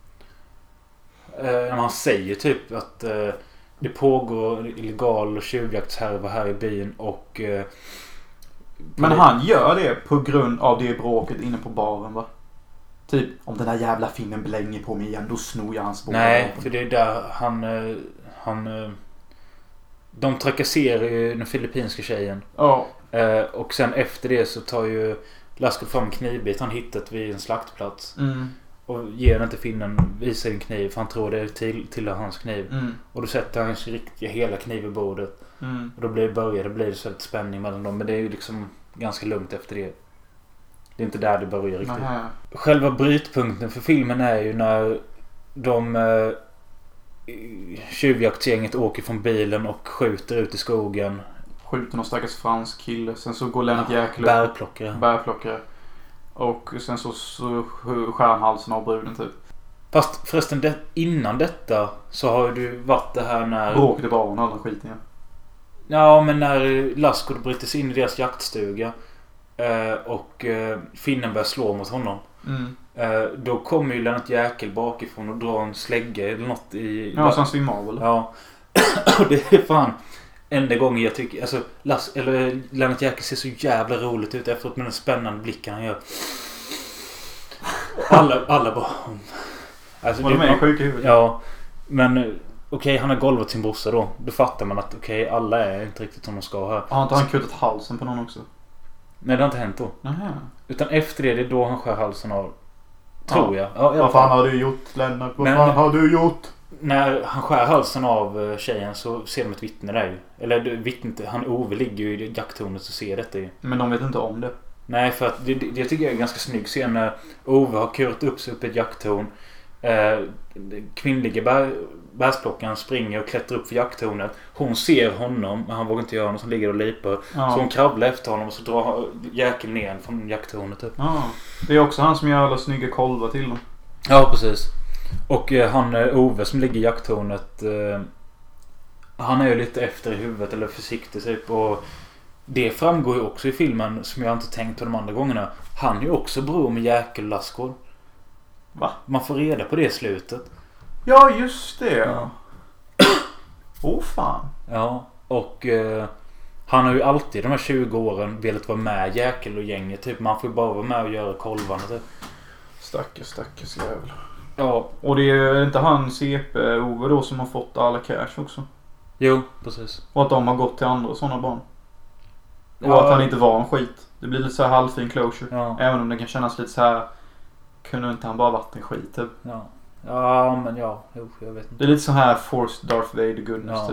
B: Han säger typ att det pågår illegal tjuvjaktshärva här i byn och
A: men han gör det på grund av det bråket inne på baren, va? Typ, om den där jävla finnen blänger på mig igen, då snor jag hans båda.
B: Nej, för det är där han de trakasserar ju den filippinska tjejen.
A: Ja.
B: Och sen efter det så tar ju Lassgård fram en knivbit han hittat vid en slaktplats. Och ger den till finnen, visar en kniv för han tror det är till hans kniv. Och då sätter han sin riktiga hela kniv i bordet. Och då blir det så lite spänning mellan dem. Men det är ju liksom ganska lugnt efter det. Det är inte där det börjar riktigt. Nähä. Själva brytpunkten för filmen är ju när de tjuvjaktsgänget åker från bilen och skjuter ut i skogen. Skjuter någon stackars fransk kille. Sen så går Lennart Jäkel bärplockare. Och sen så skär han halsen av bruden typ. Fast förresten innan detta så har du varit det här när bråket i baren och alla skiten. Ja, men när Lassgård bryter sig in i deras jaktstuga och finnen börjar slå mot honom. Då kommer ju Lennart Jäkel bakifrån och drar en slägga eller något i. Ja, så han svimmar av eller? Ja. Och det är fan enda gången jag tycker alltså Lennart Jäkel ser så jävla roligt ut efteråt med den spännande blicken han gör. Alla bara alltså, var det med sjuk i huvudet? Ja. Men okej, han har golvat sin bossa då. Då fattar man att alla är inte riktigt som de ska här. Har inte han kuttat halsen på någon också? Nej, det har inte hänt då. Nähä. Utan efter det är då han skär halsen av. Tror jag. Ja, vad fan har du gjort, Lennart? Vad fan har du gjort? När han skär halsen av tjejen så ser de ett vittne där ju. Eller vittnet, han Ove ligger ju i jakttornet och ser detta ju. Men de vet inte om det. Nej, för att det tycker jag är ganska snygg scen när Ove har kurat upp sig upp i ett jakttorn. Kvinnliga bärsplockaren springer och klättrar upp för jakttornet. Hon ser honom, men han vågar inte göra något, som ligger och lipar. Ja. Så hon kravlar efter honom och så drar Jäkel ner från jakttornet typ. Ja. Det är också han som gör alla snygga kolvar till dem. Ja, precis. Och han Ove som ligger i jakttornet, han är ju lite efter i huvudet eller försiktig typ. Och det framgår ju också i filmen som jag inte tänkt på de andra gångerna. Han är ju också bror med Jäkel och Lassgård. Va? Man får reda på det i slutet.
A: Ja, just det.
B: Ja.
A: Fan.
B: Ja, och han har ju alltid de här 20 åren velat vara med Jäkel och gänget. Typ, man får ju bara vara med och göra kolvarna. Typ.
A: Stackars jävel.
B: Ja.
A: Och det är inte han CP-Ove då som har fått alla cash också.
B: Jo, precis.
A: Och att de har gått till andra sådana barn. Och
B: Ja.
A: att han inte var en skit. Det blir lite så här halvfin closure.
B: Ja.
A: Även om det kan kännas lite så här. Kunde inte han bara varit en skit typ.
B: Ja. Ja, men ja. Jo, jag vet
A: Det
B: inte.
A: är lite så här forced Darth Vader goodness
B: Ja.
A: typ.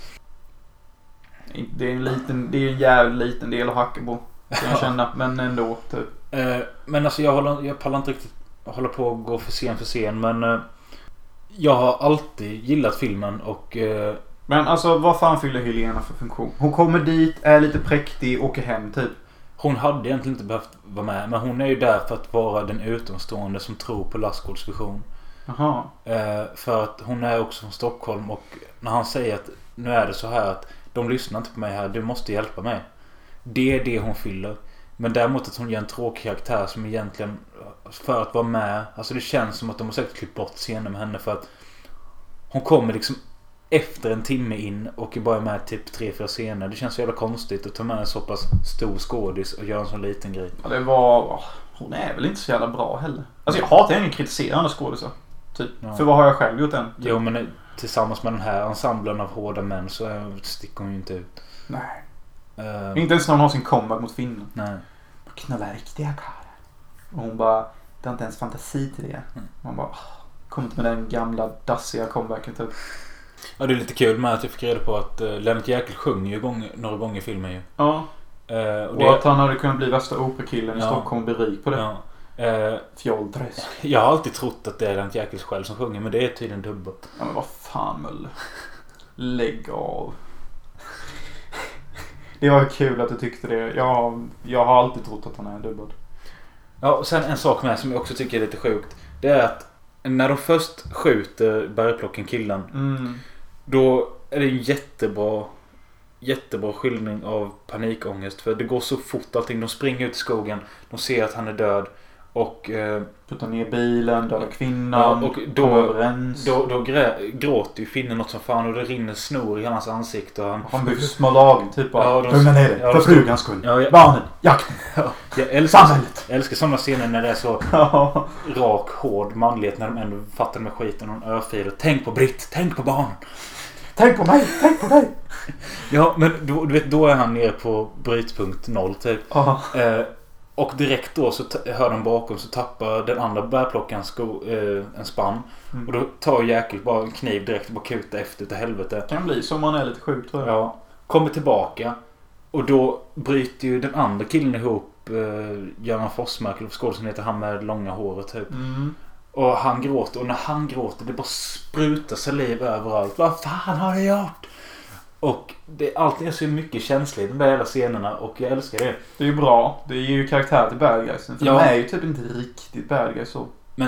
A: Det är en jävligt liten del att hacka på. Kan jag känna. Men ändå typ.
B: Men alltså jag pallar inte riktigt hålla på och gå för scen. Men jag har alltid gillat filmen och...
A: Men alltså vad fan fyller Helena för funktion? Hon kommer dit, är lite präktig, åker hem typ.
B: Hon hade egentligen inte behövt vara med. Men hon är ju där för att vara den utomstående som tror på Lassgårds vision.
A: Jaha.
B: För att hon är också från Stockholm. Och när han säger att nu är det så här att de lyssnar inte på mig här, du måste hjälpa mig. Det är det hon fyller. Men däremot att hon ger en tråkig karaktär som egentligen för att vara med. Alltså det känns som att de har säkert klippt bort scenen med henne. För att hon kommer liksom efter en timme in och är bara med typ 3-4 scener. Det känns så jävla konstigt att ta med en så pass stor skådis och göra en sån liten grej.
A: Ja, det var... Hon är väl inte så jävla bra heller. Alltså jag hatar ingen kritiserar andra skådisar. Typ.
B: Ja.
A: För vad har jag själv gjort än? Typ.
B: Jo, men tillsammans med den här ensemblen av hårda män så sticker hon ju inte ut.
A: Nej. Inte ens när hon har sin comeback mot finnen.
B: Nej.
A: Knalla riktiga karlar. Och hon bara, det har inte ens fantasi till det. Man bara, kommit med den gamla dassiga comebacken typ.
B: Ja, det är lite kul med att jag fick reda på att Lennart Jäkel sjunger ju några gånger i filmen ju.
A: Ja. Och att han hade kunnat bli värsta operakillen i Stockholm och bli rik på det.
B: Ja.
A: Fjoldress.
B: Jag har alltid trott att det är Lennart Jäkel själv som sjunger, men det är tydligen dubbat.
A: Ja men vad fan Mölle. Lägg av. Det var kul att du tyckte det. Jag har alltid trott att han är dubbad.
B: Ja, och sen en sak med som jag också tycker är lite sjukt. Det är att när de först skjuter bärplocken killen. Då är det en jättebra skildring av panikångest. För det går så fort allting. De springer ut i skogen. De ser att han är död. Och
A: puttar ner bilen, dödar kvinnan.
B: Ja, och då gråter ju finnen något som fan. Och det rinner snor i hans ansikte. Och
A: han blir små lagen typ bara.
B: Lugna
A: ner dig. För frugans skull. Barnen. Jakten.
B: Jag älskar sådana scener när det är så rak, hård manlighet. När de ändå fattar med skiten och örfilar. Tänk på Britt. Tänk på barn.
A: Tänk på mig. Tänk på dig.
B: Ja, men du vet, då är han nere på brytpunkt 0 typ. Och direkt då så hör de bakom så tappar den andra bärplockaren en spann. Och då tar Jäkel bara en kniv direkt och bara kutar efter till helvete.
A: Kan bli som man är lite sjuk tror jag.
B: Ja, kommer tillbaka. Och då bryter ju den andra killen ihop Göran Forsmark, eller skådespelaren heter han med långa håret typ. Och han gråter, och när han gråter det bara sprutar saliv överallt. Vad fan har du gjort? Och allt är så mycket känsligt de där hela scenerna, och jag älskar det.
A: Det är ju bra. Det ger ju karaktär till bad guys. För de är ju typ inte riktigt bad guys så.
B: Men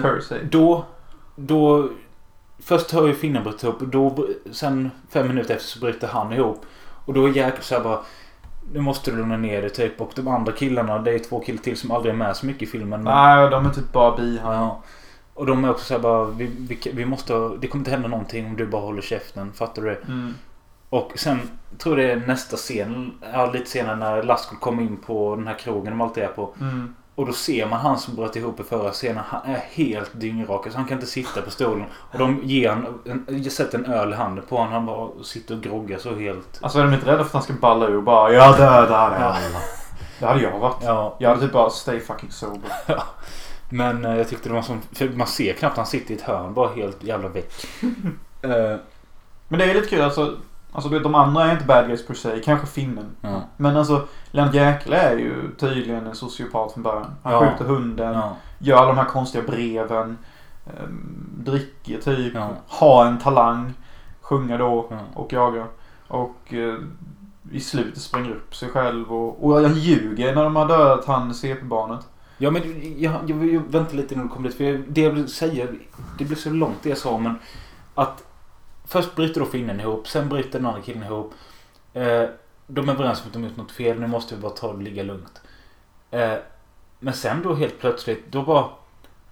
B: då först hör ju finnen bryta ihop, och då sen 5 minuter efter så bryter han ihop. Och då är Jäkel så här bara, nu måste du lugna ner dig typ. Och de andra killarna, det är 2 killar till som aldrig är med så mycket i filmen.
A: Nej, de är typ bara bihang.
B: Ja. Och de är också så här bara, vi måste, det kommer inte hända någonting om du bara håller käften, fattar du det? Och sen tror det är nästa scen, lite senare när Lassgård kommer in på den här krogen de alltid är på. Och då ser man han som bröt ihop i förra scenen. Han är helt dyngrak, så han kan inte sitta på stolen. Och de sätter en öl i handen på honom. Han bara sitter och groggar så helt.
A: Alltså är de inte rädda för att han ska balla ur och bara, jag dödar alla. Det hade jag varit.
B: Ja.
A: Jag hade typ bara, stay fucking sober.
B: Ja. Men jag tyckte det var som, för man ser knappt han sitter i ett hörn, bara helt jävla väck.
A: Men det är lite kul alltså de andra är inte bad guys per se, kanske finnen. Men alltså Lennart Jäkel är ju tydligen en sociopat från början. Han skjuter hunden, gör alla de här konstiga breven, dricker typ, har en talang, sjunger då och jagar. Och i slutet springer upp sig själv och jag ljuger när de har dödat han CP-barnet.
B: Ja, men jag vill vänta lite när du kommer dit, för det jag vill säga, det blir så långt det jag sa, men att först bryter då finnen ihop, sen bryter den andra killen ihop. De är överens om att de har gjort något fel, nu måste vi bara ta det och ligga lugnt. Men sen då helt plötsligt, då bara,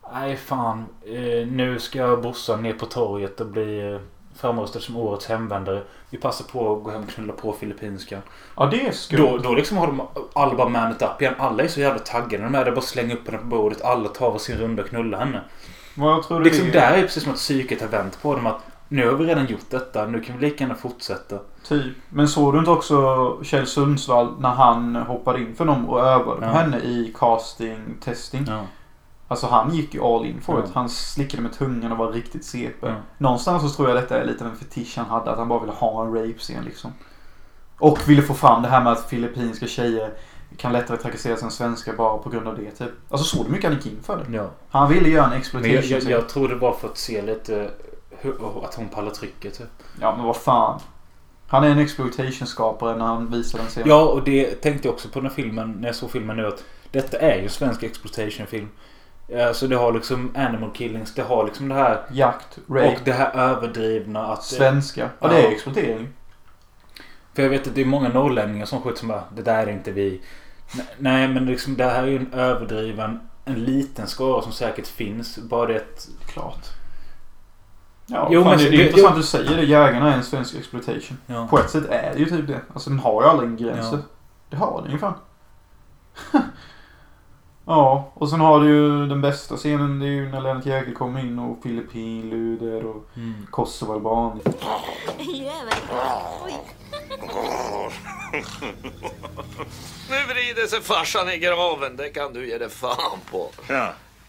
B: Nej fan, nu ska Bossan ner på torget och bli framröstad som årets hemvändare. Vi passar på att gå hem och knulla på filippinska.
A: Ja, det är skumt.
B: Då liksom har de alla bara manat upp igen. Alla är så jävla taggade. De är där bara slänga upp henne på bordet. Alla tar sin runda och knulla henne.
A: Vad tror du
B: liksom där är precis som att psyket har vänt på dem. Att nu har vi redan gjort detta. Nu kan vi lika gärna fortsätta.
A: Typ. Men såg du inte också Kjell Sundsvall när han hoppade in för dem och övade på henne i casting, testing? Ja. Alltså han gick ju all in för det. Han slickade med tungan och var riktigt CP. Någonstans så tror jag detta är lite av en fetisch han hade. Att han bara ville ha en rape-scen liksom. Och ville få fram det här med att filippinska tjejer kan lättare trakasseras än svenska bara på grund av det typ. Alltså så mycket han gick in för det. Ja. Han ville göra en exploitation.
B: Men jag tror det var för att se lite att hon pallar trycket typ.
A: Ja men vad fan. Han är en exploitation-skapare när han visar den scenen.
B: Ja och det tänkte jag också på den filmen. När jag såg filmen nu att detta är ju en svensk exploitation-film. Så det har liksom animal killings. Det har liksom det här
A: jakt, rape.
B: Och det här överdrivna att
A: svenska. Ja det är exploatering.
B: För jag vet att det är många norrlänningar som skjuter som bara, det där är inte vi. Nej men liksom det här är ju en överdriven, en liten skara som säkert finns. Bara det
A: klart. Ja, jo, men det är intressant att du säger det. Jägarna är en svensk exploitation. Ja. På ett sätt är det ju typ det. Alltså den har ju alla ingredienser. Ja. Det har den ju fan. Ja, och sen har du ju den bästa scenen. Det är ju när Lennart Jäkel kommer in och Filippinluder och Kosovo-alban.
E: Nu vrider sig farsan i graven. Det kan du ge dig fan på. Ja.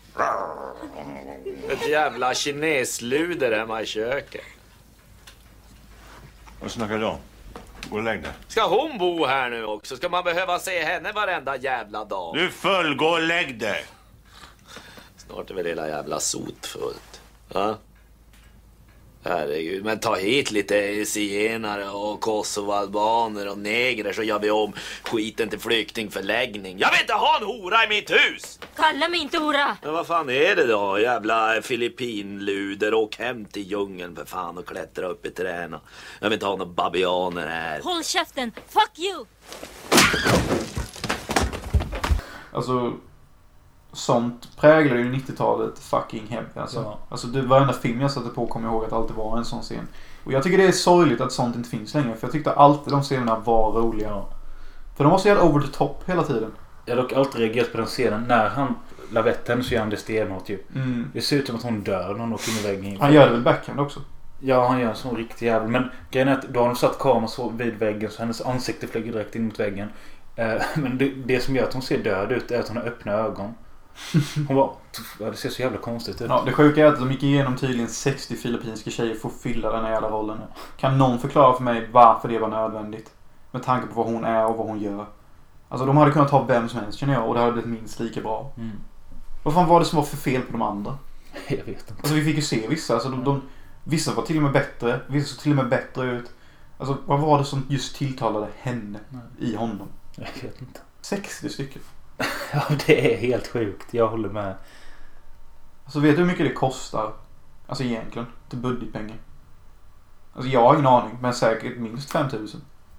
E: Ett jävla kinesluder hemma i köket.
C: Vad snackar du om? Gå och lägg dig.
E: Ska hon bo här nu också? Ska man behöva se henne varenda jävla dag?
C: Du full, gå och lägg dig.
E: Snart är väl hela jävla sotfullt. Ja? Herregud, men ta hit lite zigenare och kosovoalbaner och negrer så gör vi om skiten till flyktingförläggning. Jag vill inte ha en hora i mitt hus!
F: Kalla mig inte hora!
E: Men vad fan är det då? Jävla filippinluder, åk hem till djungeln för fan och klättra upp i träna. Jag vill inte ha några babianer här.
F: Håll käften, fuck you!
A: Alltså sånt präglar ju 90-talet fucking hem. Alltså, ja. Alltså det varenda film jag satte på kommer jag ihåg att alltid var en sån scen. Och jag tycker det är sorgligt att sånt inte finns längre. För jag tyckte alltid de scenerna var roliga. Ja. För de var så jävla over the top hela tiden.
B: Jag har dock alltid reagerat på den scenen. När han lavetten så gör han det stenhårt ju. Det ser ut som att hon dör när hon åker in i väggen.
A: Han gör det väl backhand också?
B: Ja, han gör en sån riktig jävel. Men grejen är att då har de satt kameran så vid väggen så hennes ansikte flyger direkt in mot väggen. Men det som gör att hon ser död ut är att hon har öppna ögon. Hon bara, det ser så jävla konstigt ut.
A: Ja, det sjuka är att de gick igenom tydligen 60 filippinska tjejer för att fylla den här jävla rollen. Kan någon förklara för mig varför det var nödvändigt? Med tanke på vad hon är och vad hon gör. Alltså de hade kunnat ta vem som helst känner jag och det hade blivit minst lika bra. Vad fan var det som var för fel på de andra?
B: Jag vet inte.
A: Alltså vi fick ju se vissa. Alltså vissa var till och med bättre. Vissa såg till och med bättre ut. Alltså vad var det som just tilltalade henne i honom?
B: Jag vet inte.
A: 60 stycken.
B: Ja, det är helt sjukt. Jag håller med.
A: Alltså vet du hur mycket det kostar? Alltså egentligen. Till budgetpengar. Alltså jag har ingen aning. Men säkert minst 5000.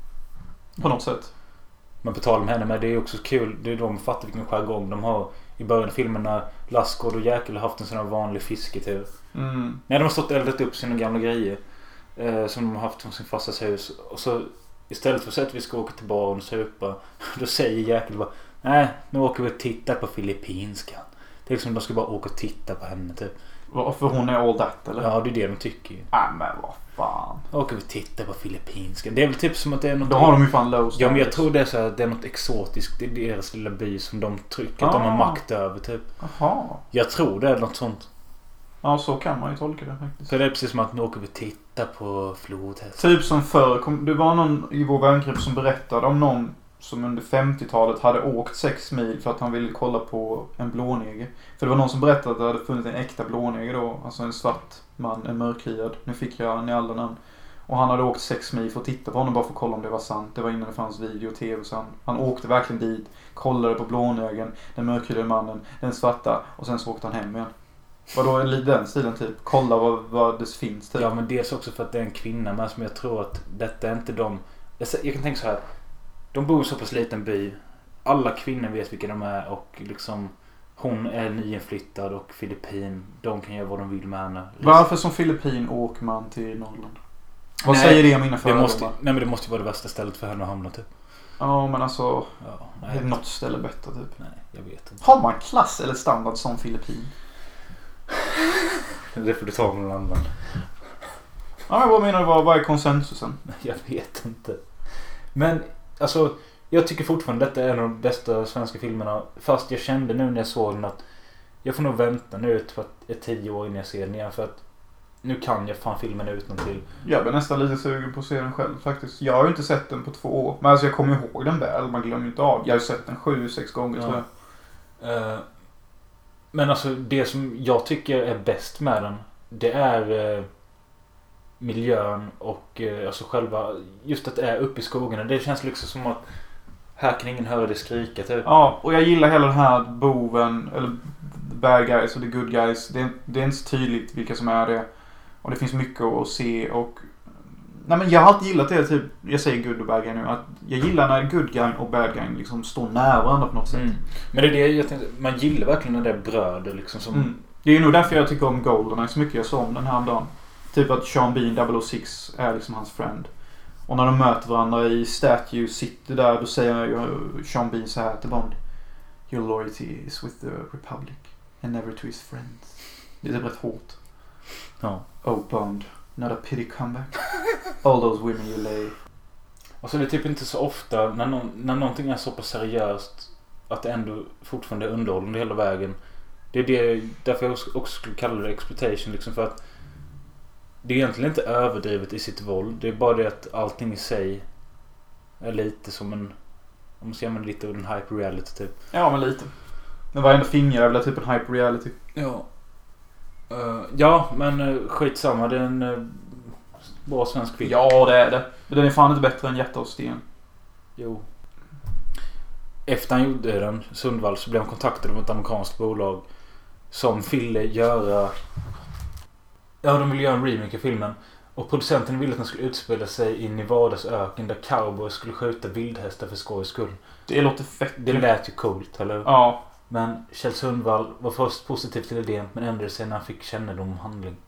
A: På något sätt.
B: Men på tal om henne med, det är också kul. Det är de fattar vilken jargong de har i början av filmen när Lassgård och Jäkel har haft en sån här vanlig fisketur. När de har stått och eldat upp sina gamla grejer. Som de har haft från sin farsas hus. Och så istället för att vi ska åka till baren och supa. Då säger Jäkel bara, nej, nu åker vi och tittar på filippinskan. Det är liksom de ska bara åka och titta på henne typ.
A: För hon är all that eller?
B: Ja, det är det de tycker ju.
A: Men vad fan.
B: Åker vi och tittar på filippinskan. Det är väl typ som att det är något.
A: Då har de ju fan low.
B: Ja, men jag tror det är så här, det är något exotiskt i deras lilla by som de tycker att de har makt över typ. Aha. Jag tror det är något sånt.
A: Ja, så kan man ju tolka det faktiskt.
B: Så det är precis som att nu åker vi och tittar på flodhäst.
A: Typ som förr. Det var någon i vår vängrupp som berättade om någon som under 50-talet hade åkt 6 mil för att han ville kolla på en blåneger. För det var någon som berättade att det hade funnits en äkta blåneger då. Alltså en svart man, en mörkhyad. Nu fick jag i alla namn. Och han hade åkt 6 mil för att titta på honom bara för att kolla om det var sant. Det var innan det fanns video och tv. Så han åkte verkligen dit, kollade på blånegern, den mörkhyade mannen, den svarta och sen så åkte han hem igen. Vadå den stilen typ? Kolla vad det finns typ.
B: Ja, men dels också för att det är en kvinna med som jag tror att detta är inte de. Jag kan tänka så här. De bor i så pass liten by. Alla kvinnor vet vilka de är och liksom hon är nyinflyttad och filippin. De kan göra vad de vill med henne.
A: Varför som filippin åker man till Norrland? Vad säger det om mina fördomar?
B: Nej, men det måste ju vara det värsta stället för henne att hamna typ.
A: Ja, men alltså...
B: Ja,
A: är något ställe bättre typ?
B: Nej, jag vet inte.
A: Har man klass eller standard som filippin?
B: Det får du ta med någon annan.
A: Ja, men vad menar du? Vad är konsensusen?
B: Jag vet inte. Men alltså, jag tycker fortfarande detta är en av de bästa svenska filmerna. Fast jag kände nu när jag såg den att jag får nog vänta nu ett 10 år innan jag ser den igen. För att nu kan jag fan filmen utantill.
A: Jag blir nästan lite sugen på att se den själv faktiskt. Jag har ju inte sett den på 2 år. Men alltså jag kommer ihåg den väl. Man glömmer inte av. Jag har ju sett den 7-6 gånger tror jag.
B: Men alltså det som jag tycker är bäst med den, det är miljön och alltså själva, just att det är uppe i skogarna. Det känns liksom som att här kan ingen höra det skrika typ.
A: Ja, och jag gillar hela den här boven, eller the bad guys och the good guys. Det är inte så tydligt vilka som är det. Och det finns mycket att se och... Nej, men jag har alltid gillat det typ, jag säger good och bad guy nu, att jag gillar när good guy och bad guy liksom står nära varandra på något sätt.
B: Men det är det jag tänkte, man gillar verkligen när det är bröder liksom som...
A: Det är ju nog därför jag tycker om Goldeneye så mycket. Jag såg om den här dagen. Typ att Sean Bean 006 är liksom hans friend. Och när de möter varandra i Statue City där, då säger Sean Bean så här till Bond: Your loyalty is with the Republic and never to his friends. Det är rätt hårt.
B: Ja.
A: Oh Bond, not a pity comeback. All those women you lay.
B: Och så är det typ inte så ofta när någonting är så pass seriöst att det ändå fortfarande är underhållande hela vägen. Det är därför jag också skulle kalla det exploitation liksom, för att det är egentligen inte överdrivet i sitt våld. Det är bara det att allting i sig är lite som en, om man ska använda lite av en hyper-reality typ.
A: Ja, men lite. Men varenda finger är väl typ en hyper-reality.
B: Ja. Ja, men skitsamma. Det är en bra svensk film.
A: Ja, det är det. Men den är fan inte bättre än Hjärta och sten.
B: Jo. Efter han gjorde den, Sundvall, så blev han kontaktad av ett amerikanskt bolag som ville göra... Ja, de ville göra en remake av filmen. Och producenten ville att den skulle utspela sig i Nevadas öken där cowboys skulle skjuta vildhästar för skojs skull.
A: Det låter fett.
B: Det lät ju coolt, eller?
A: Ja.
B: Men Kjell Sundvall var först positiv till idén, men ändrade sig när han fick kännedom om handling.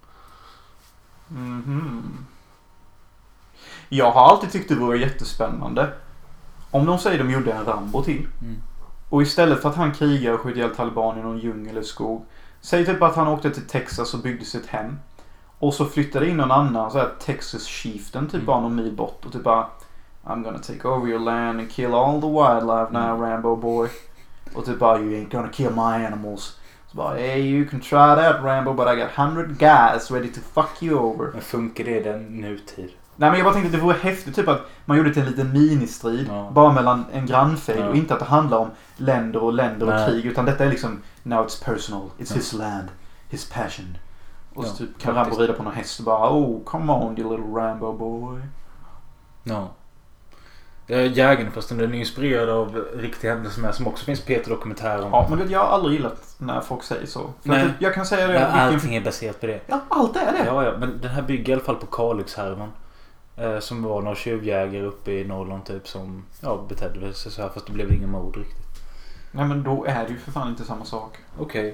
A: Jag har alltid tyckt det vore jättespännande om de säger de gjorde en Rambo till. Och istället för att han krigar och skjuter ihjäl taliban i någon djungel eller skog, säg typ att han åkte till Texas och byggde sitt hem. Och så flyttade in någon annan så här Texas chieftain typ bara någon mil bort och typ bara I'm gonna take over your land and kill all the wildlife now, Rambo boy. Och typ bara you ain't gonna kill my animals. Så bara hey, you can try that Rambo, but I got 100 guys ready to fuck you over.
B: Men funkar det i den nutid?
A: Nej, men jag bara tänkte att det vore häftigt typ att man gjorde till en liten ministrid bara mellan en grannfejd och inte att det handlar om länder och krig, utan detta är liksom now it's personal, it's his land, his passion. Och så typ kan Rambo rida på någon häst och bara oh come on you little Rambo boy.
B: Ja. Jägarna förresten, den är inspirerad av riktiga händelser med, som också finns Peter-dokumentärer om.
A: Ja, men jag har aldrig gillat när folk säger så. För
B: nej.
A: Jag kan säga det.
B: Ja, allting är baserat på det.
A: Ja, allt är det.
B: Ja, men den här bygger i alla fall på Kalix-härvan. Som var några tjuvjägare uppe i Norrland typ som betedde sig så här, fast det blev ingen mord riktigt.
A: Nej, men då är det ju för fan inte samma sak.
B: Okej.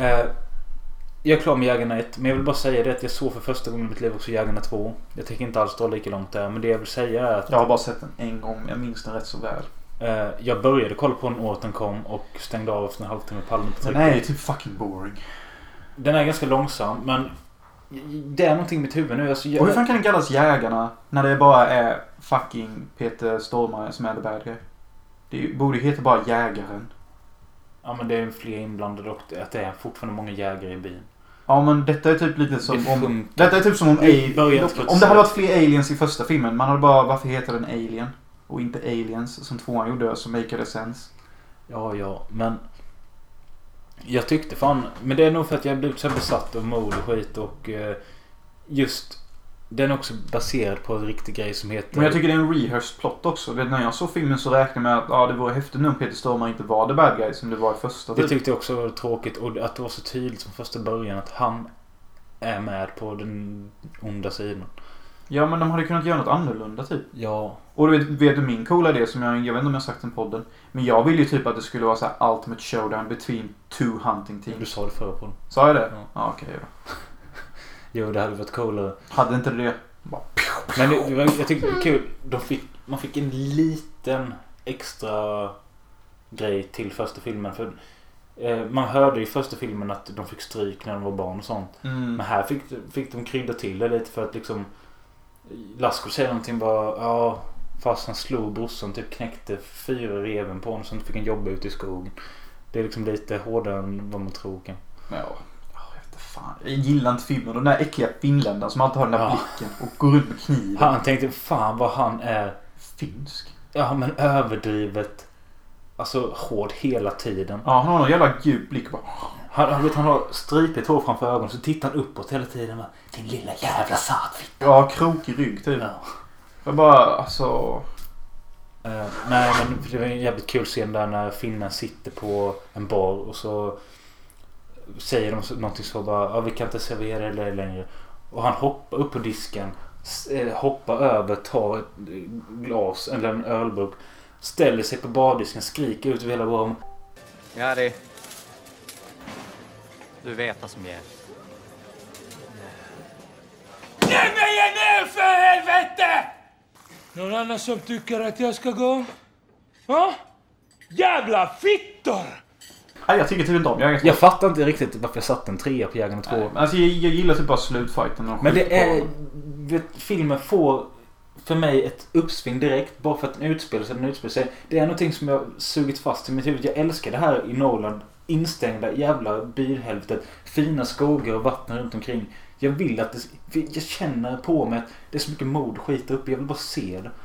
B: Jag är klar med Jägarna 1, men jag vill bara säga det att jag såg för första gången i mitt liv också Jägarna 2. Jag tänker inte alls dra lika långt där, men det jag vill säga är att...
A: Jag har bara sett den en gång, jag minns den rätt så väl.
B: Jag började kolla på den åt den kom och stängde av efter en halvtimme på
A: den är ju typ fucking boring.
B: Den är ganska långsam, men det är någonting i mitt huvud nu. Alltså,
A: och hur fan kan den kallas Jägarna när det bara är fucking Peter Stormare som är the bad guy? Det borde heta bara Jägaren.
B: Ja, men det är fler inblandade och att det är fortfarande många jägare i byn.
A: Ja, men detta är typ lite som om... Detta är typ som om... Om det hade varit fler aliens i första filmen, man hade bara... Varför heter den Alien? Och inte Aliens som 2an gjorde, som make it sense.
B: Ja, men... Jag tyckte fan... Men det är nog för att jag blivit så besatt av mord och skit och... Just... Den är också baserad på en riktig grej som heter...
A: Men jag tycker det är en rehearsed plot också. När jag såg filmen så räknade jag med att det var häftigt nu om Peter Stormare inte var the bad guy som det var i första.
B: Det tyckte jag också var tråkigt. Och att det var så tydligt från första början att han är med på den onda sidan.
A: Ja, men de hade kunnat göra något annorlunda typ.
B: Ja.
A: Och du vet du min coola idé som jag vet inte om jag har sagt i podden. Men jag vill ju typ att det skulle vara så här ultimate showdown between two hunting teams.
B: Du sa det förra på den.
A: Sa jag det?
B: Ja.
A: Ja, okej då.
B: Jo, det hade varit coolare.
A: Hade inte det? Bara...
B: Men jag tyckte det var kul. Man fick en liten extra grej till första filmen. För man hörde i första filmen att de fick stryk när de var barn och sånt.
A: Mm.
B: Men här fick de krydda till det lite för att liksom Lasko säger någonting bara, ja, fast han slog brorsan, typ knäckte 4 reven på honom så han fick en jobba ute i skogen. Det är liksom lite hårdare än vad man tror kan.
A: Ja, jag vet fan. Jag gillar inte filmen. De där äckliga finländaren som alltid har den där blicken och går runt med kniven.
B: Han tänkte, fan vad han är
A: finsk.
B: Ja, men överdrivet. Alltså hård hela tiden.
A: Ja, han har någon jävla djup blick bara.
B: Han har stripigt hår framför ögonen så tittar han uppåt hela tiden. Bara, din lilla jävla satfitta.
A: Ja, krokig rygg typ.
B: Ja.
A: Jag bara, alltså...
B: Nej, men det var en jävligt kul scen där när finnen sitter på en bar och så säger de någonting så bara, ja, vi kan inte servera det längre. Och han hoppar upp på disken, hoppar över, tar ett glas eller en ölburk, ställer sig på bardisken, skriker ut över hela baren.
G: Jari, du vet vad som gäller.
D: Ge mig en öl för helvete! Någon annan som tycker att jag ska gå? Va? Jävla fittor!
A: Nej, jag tycker typ inte om Jägarna 2.
B: Jag fattar inte riktigt varför jag satte en 3 på Jägarna 2.
A: Nej, alltså jag gillar typ bara slutfighten.
B: Men det är... filmen får för mig ett uppsving direkt bara för att den utspelar sig. Det är någonting som jag sugit fast i mitt huvud. Jag älskar det här i Nolan. Instängda jävla bilhelvetet. Fina skogar och vatten runt omkring. Jag vill att jag känner på mig att det är så mycket mod och skit uppe. Jag vill bara se det.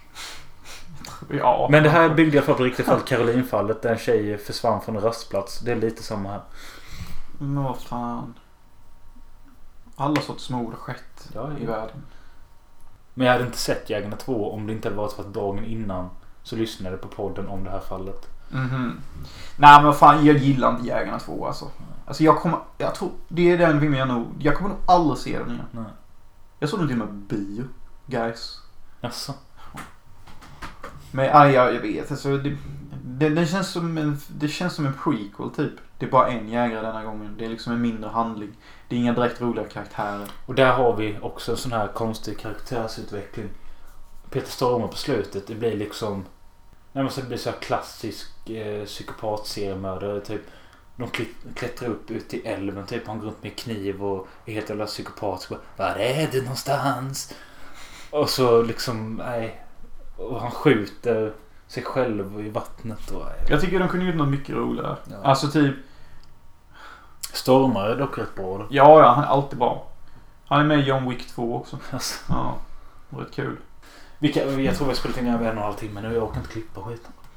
A: Ja.
B: Men det här byggde jag för på riktigt fall. Caroline-fallet där en tjej försvann från en rastplats. Det är lite samma här.
A: Men vad fan. Alla sorts mord har skett i världen.
B: Men jag hade inte sett Jägarna 2 om det inte hade varit för att dagen innan så lyssnade jag på podden om det här fallet.
A: Mhm. Nej, men fan, jag gillar inte Jägarna 2 alltså. Alltså jag tror det är den filmen jag kommer nog aldrig se den igen.
B: Nej.
A: Jag såg den till och med bio, guys.
B: Jaså?
A: Men jag vet alltså det känns som en prequel typ. Det är bara en jägare denna gången. Det är liksom en mindre handling. Det är inga direkt roliga karaktärer.
B: Och där har vi också en sån här konstig karaktärsutveckling. Peter Stormare på slutet, det blir liksom det blir så här klassisk psykopat-seriemördare typ. De klättrar upp ut i älven typ, han går runt med kniv och är helt jävla psykopat. Var är du någonstans? Och så liksom, nej. Och han skjuter sig själv i vattnet. Och,
A: jag tycker de kunde gjort något mycket roligare.
B: Ja.
A: Alltså typ...
B: Stormare är dock rätt bra. Då.
A: Ja, han är alltid bra. Han är med i John Wick 2 också.
B: Alltså.
A: Ja, rätt kul.
B: Jag tror vi har spelat in över 1,5 timme nu. Jag orkar inte klippa skiten.